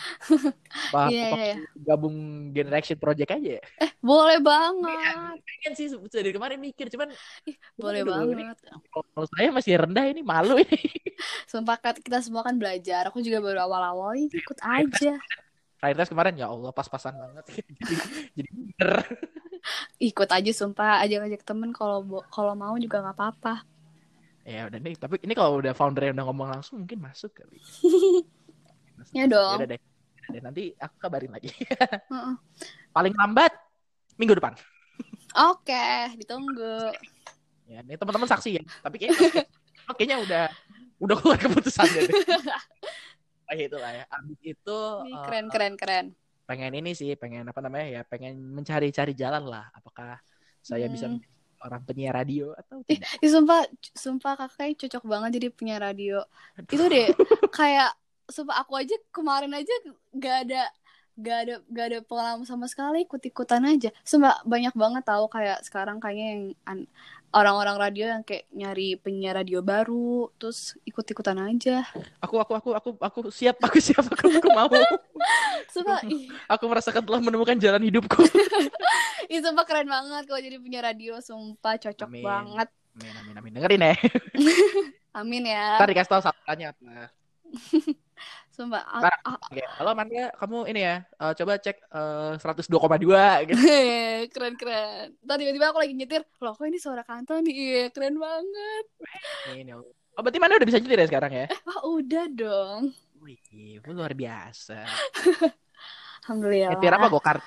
Apa, Iya apa iya iya. gabung Generation Project aja ya? Eh, boleh Iya, banget. pengen sih dari kemarin mikir, cuman Ih, cuman boleh aduh ini banget. kalau saya masih rendah, ini malu ini. Sumpah Kat, kita semua kan belajar. Aku juga baru awal-awal, ini ikut aja. Terakhir kemarin ya Allah pas-pasan banget. jadi jadi bener. Ikut aja sumpah, ajak-ajak temen kalau bo- kalau mau juga nggak apa-apa. Ya udah nih, tapi ini kalau udah founder yang udah ngomong langsung mungkin masuk kali. Masuk, Ya masuk. Ya dong. udah deh. Dan nanti aku kabarin lagi. Heeh. Paling lambat minggu depan. Oke, ditunggu. Ya, ini teman-teman saksi ya. Tapi kayaknya, kayaknya udah udah keluar keputusan deh. Kayak itu lah ya. Abis itu Ini uh, keren keren keren. pengen ini sih, pengen apa namanya ya, pengen mencari-cari jalan lah. Apakah saya bisa Hmm. menjadi orang penyiar radio atau Ih, tidak? ih, sumpah, sumpah kakaknya cocok banget jadi penyiar radio. Aduh. Itu deh, kayak sumpah aku aja kemarin aja gak ada gak ada gak ada pengalaman sama sekali, ikut-ikutan aja. Sumpah banyak banget tahu kayak sekarang kayaknya yang an- orang-orang radio yang kayak nyari penyiar radio baru, terus ikut-ikutan aja. Aku aku aku aku aku siap, aku siap, aku aku mau. Sumpah, ih, Aku merasakan telah menemukan jalan hidupku. ih, sumpah keren banget kalau jadi penyiar radio, sumpah cocok Amin. banget. Amin, amin, amin. Dengerin ya. Amin ya. Ntar dikasih tau sasarannya apa. Sumpah. Ntar, ah, ah, oke. Halo Manda, kamu ini ya, uh, coba cek uh, seratus dua koma dua gitu. Keren-keren. Tadi tiba-tiba aku lagi nyetir, loh kok ini suara kantor nih? Iya, keren banget. Nih, nih. Oh, berarti Manda udah bisa nyetir ya sekarang ya? Eh, wah udah dong. Wih, luar biasa. Alhamdulillah. Nyetir apa, go-kart?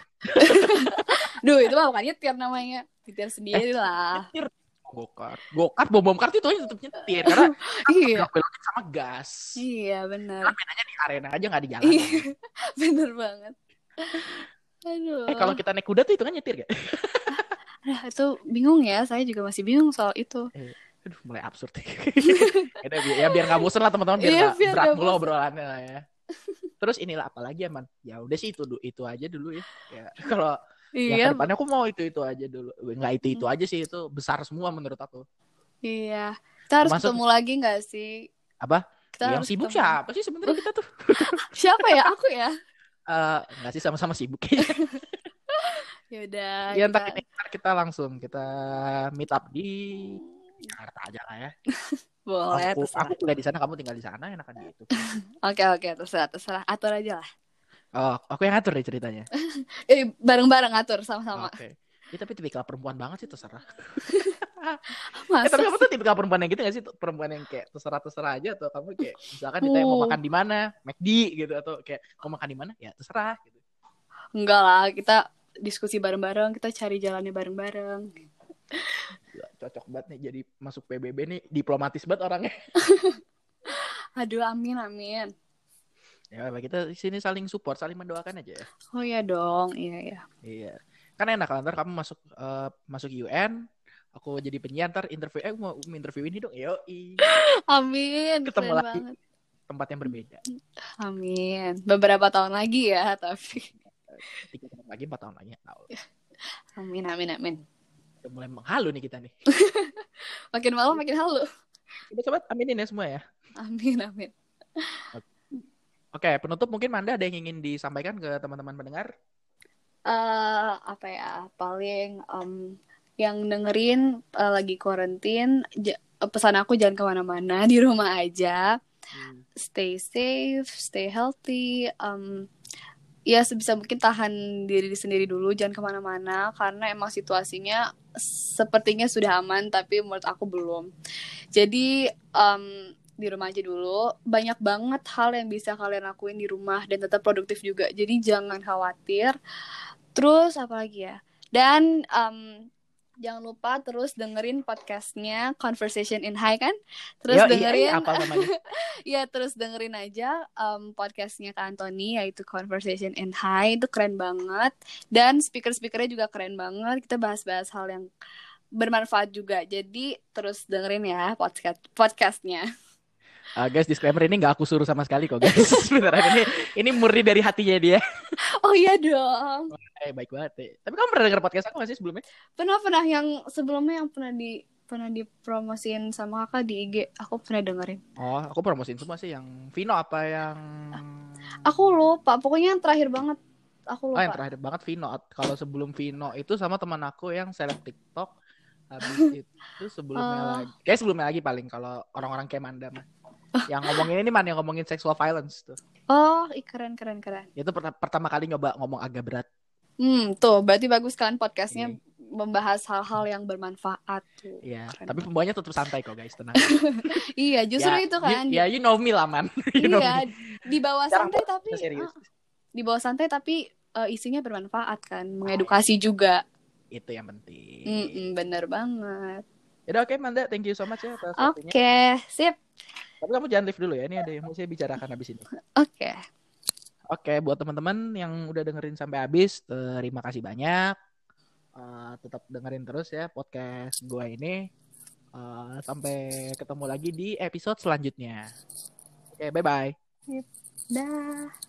Duh, itu mah bukan nyetir namanya. Nyetir sendiri lah. Nyetir go-kart. Go-kart, bom-bom kart itu aja tetap nyetir. Karena Iya. belok-belokin sama gas. Iya, benar. Karena bedanya di arena aja, nggak di jalan. Iya, bener banget. Aduh. Eh, kalau kita naik kuda tuh itu kan nyetir gak? Nah, itu bingung ya. Saya juga masih bingung soal itu. Eh, aduh, mulai absurd. ya, ya biar nggak bosen lah teman-teman, biar Iya, nggak biar berat nggak mulu bosen. obrolannya lah ya. Terus inilah apalagi ya man, ya udah sih itu itu aja dulu ya. Ya kalau yang Iya, kedepannya aku mau itu itu aja dulu, nggak itu itu Hmm. aja sih, itu besar semua menurut aku. iya. Kita harus Termasuk ketemu lagi nggak sih? apa? Kita Yang harus sibuk ketemu. siapa sih sebenarnya kita tuh? Siapa ya? Aku ya? Eh, nggak sih, sama-sama sibuk. Ya udah, Ya kita ntar ini ntar kita langsung kita meet up di Jakarta aja lah ya. boleh Aku terserah. aku kuliah di sana, kamu tinggal di sana, enakan gitu. Oke oke terserah terserah atur aja lah. Oh, aku yang ngatur deh ceritanya. Eh bareng-bareng atur sama-sama. Oke. Ya, tapi tipikal perempuan banget sih, terserah. Masa Eh, tapi kamu sih? tuh tipikal perempuan yang gitu gak sih? Perempuan yang kayak terserah-terserah aja, atau kamu kayak misalkan ditanya mau Uh, makan di mana, McD gitu, atau kayak mau makan di mana, ya terserah gitu. enggak lah, kita diskusi bareng-bareng, kita cari jalannya bareng-bareng. Gila, cocok banget nih jadi masuk P B B nih, diplomatis banget orangnya. Aduh, amin amin. Ya, kita di sini saling support, saling mendoakan aja ya. Oh ya dong, iya ya. Iya. Kan enak kalau ntar kamu masuk eh, masuk U N, aku jadi penyiar, ntar interview, eh mau interview ini dong, yoi. Amin, Ketemu keren lagi banget. tempat yang berbeda. Amin. Beberapa tahun lagi ya, tapi Tiga tahun lagi, empat tahun lagi, tahu. amin amin amin. Udah mulai menghalu nih kita nih. Makin malam makin halu. Kita coba aminin ya semua ya. Amin amin. Oke, penutup mungkin Manda ada yang ingin disampaikan ke teman-teman pendengar? Eh apa ya? Paling em, yang dengerin eh, lagi karantin, j- pesan aku jangan kemana-mana, di rumah aja. Hmm. Stay safe, stay healthy. Um, ya sebisa mungkin tahan diri sendiri dulu, jangan kemana-mana karena emang situasinya sepertinya sudah aman, tapi menurut aku belum. Jadi um, di rumah aja dulu. Banyak banget hal yang bisa kalian lakuin di rumah dan tetap produktif juga. Jadi jangan khawatir. Terus apa lagi ya? Dan um, jangan lupa terus dengerin podcastnya Conversation in High kan? Terus Yo, dengerin, iya, apa namanya? ya terus dengerin aja um, podcastnya Kak Anthony yaitu Conversation in High, itu keren banget. Dan speaker-speakernya juga keren banget. Kita bahas-bahas hal yang bermanfaat juga. Jadi terus dengerin ya podcast podcastnya. Uh, guys, disclaimer ini nggak aku suruh sama sekali kok guys. Beneran ini ini murni dari hatinya dia. Oh iya dong. Eh baik banget. Ya. Tapi kamu pernah denger podcast aku nggak sih sebelumnya? Pernah pernah yang sebelumnya yang pernah di pernah dipromosiin sama kakak di I G, aku pernah dengerin. Oh, aku promosiin semua sih. Yang Vino apa yang? Aku lupa. Pokoknya yang terakhir banget. Aku lupa. Oh, yang terakhir banget Vino. Kalau sebelum Vino itu sama teman aku yang seleb TikTok. Habis itu sebelumnya Uh, lagi. Kayak sebelumnya lagi paling kalau orang-orang kayak Manda mah. Yang ngomongin ini man yang ngomongin sexual violence tuh. oh, ih, keren keren keren. Itu per- pertama kali nyoba ngomong agak berat. Hmm, tuh berarti bagus kan podcastnya membahas hal-hal yang bermanfaat tuh. Iya, Keren tapi banget. pembawanya tetap santai kok guys, tenang. Iya, justru ya, itu kan. You, ya you know me lah man. You know Iya, me. di bawah Jarang santai banget tapi bisa serius. ah, di bawah santai tapi uh, isinya bermanfaat kan, mengedukasi juga. Itu yang penting. Mm-mm, bener banget. Yaudah oke Manda, thank you so much ya atas Oke, waktunya. okay, sip. Tapi kamu jangan live dulu ya, ini ada yang mau saya bicarakan habis ini. Oke. Okay. Oke, buat teman-teman yang udah dengerin sampai habis, terima kasih banyak. Uh, tetap dengerin terus ya podcast gue ini. Uh, sampai ketemu lagi di episode selanjutnya. Oke, bye-bye. Dah.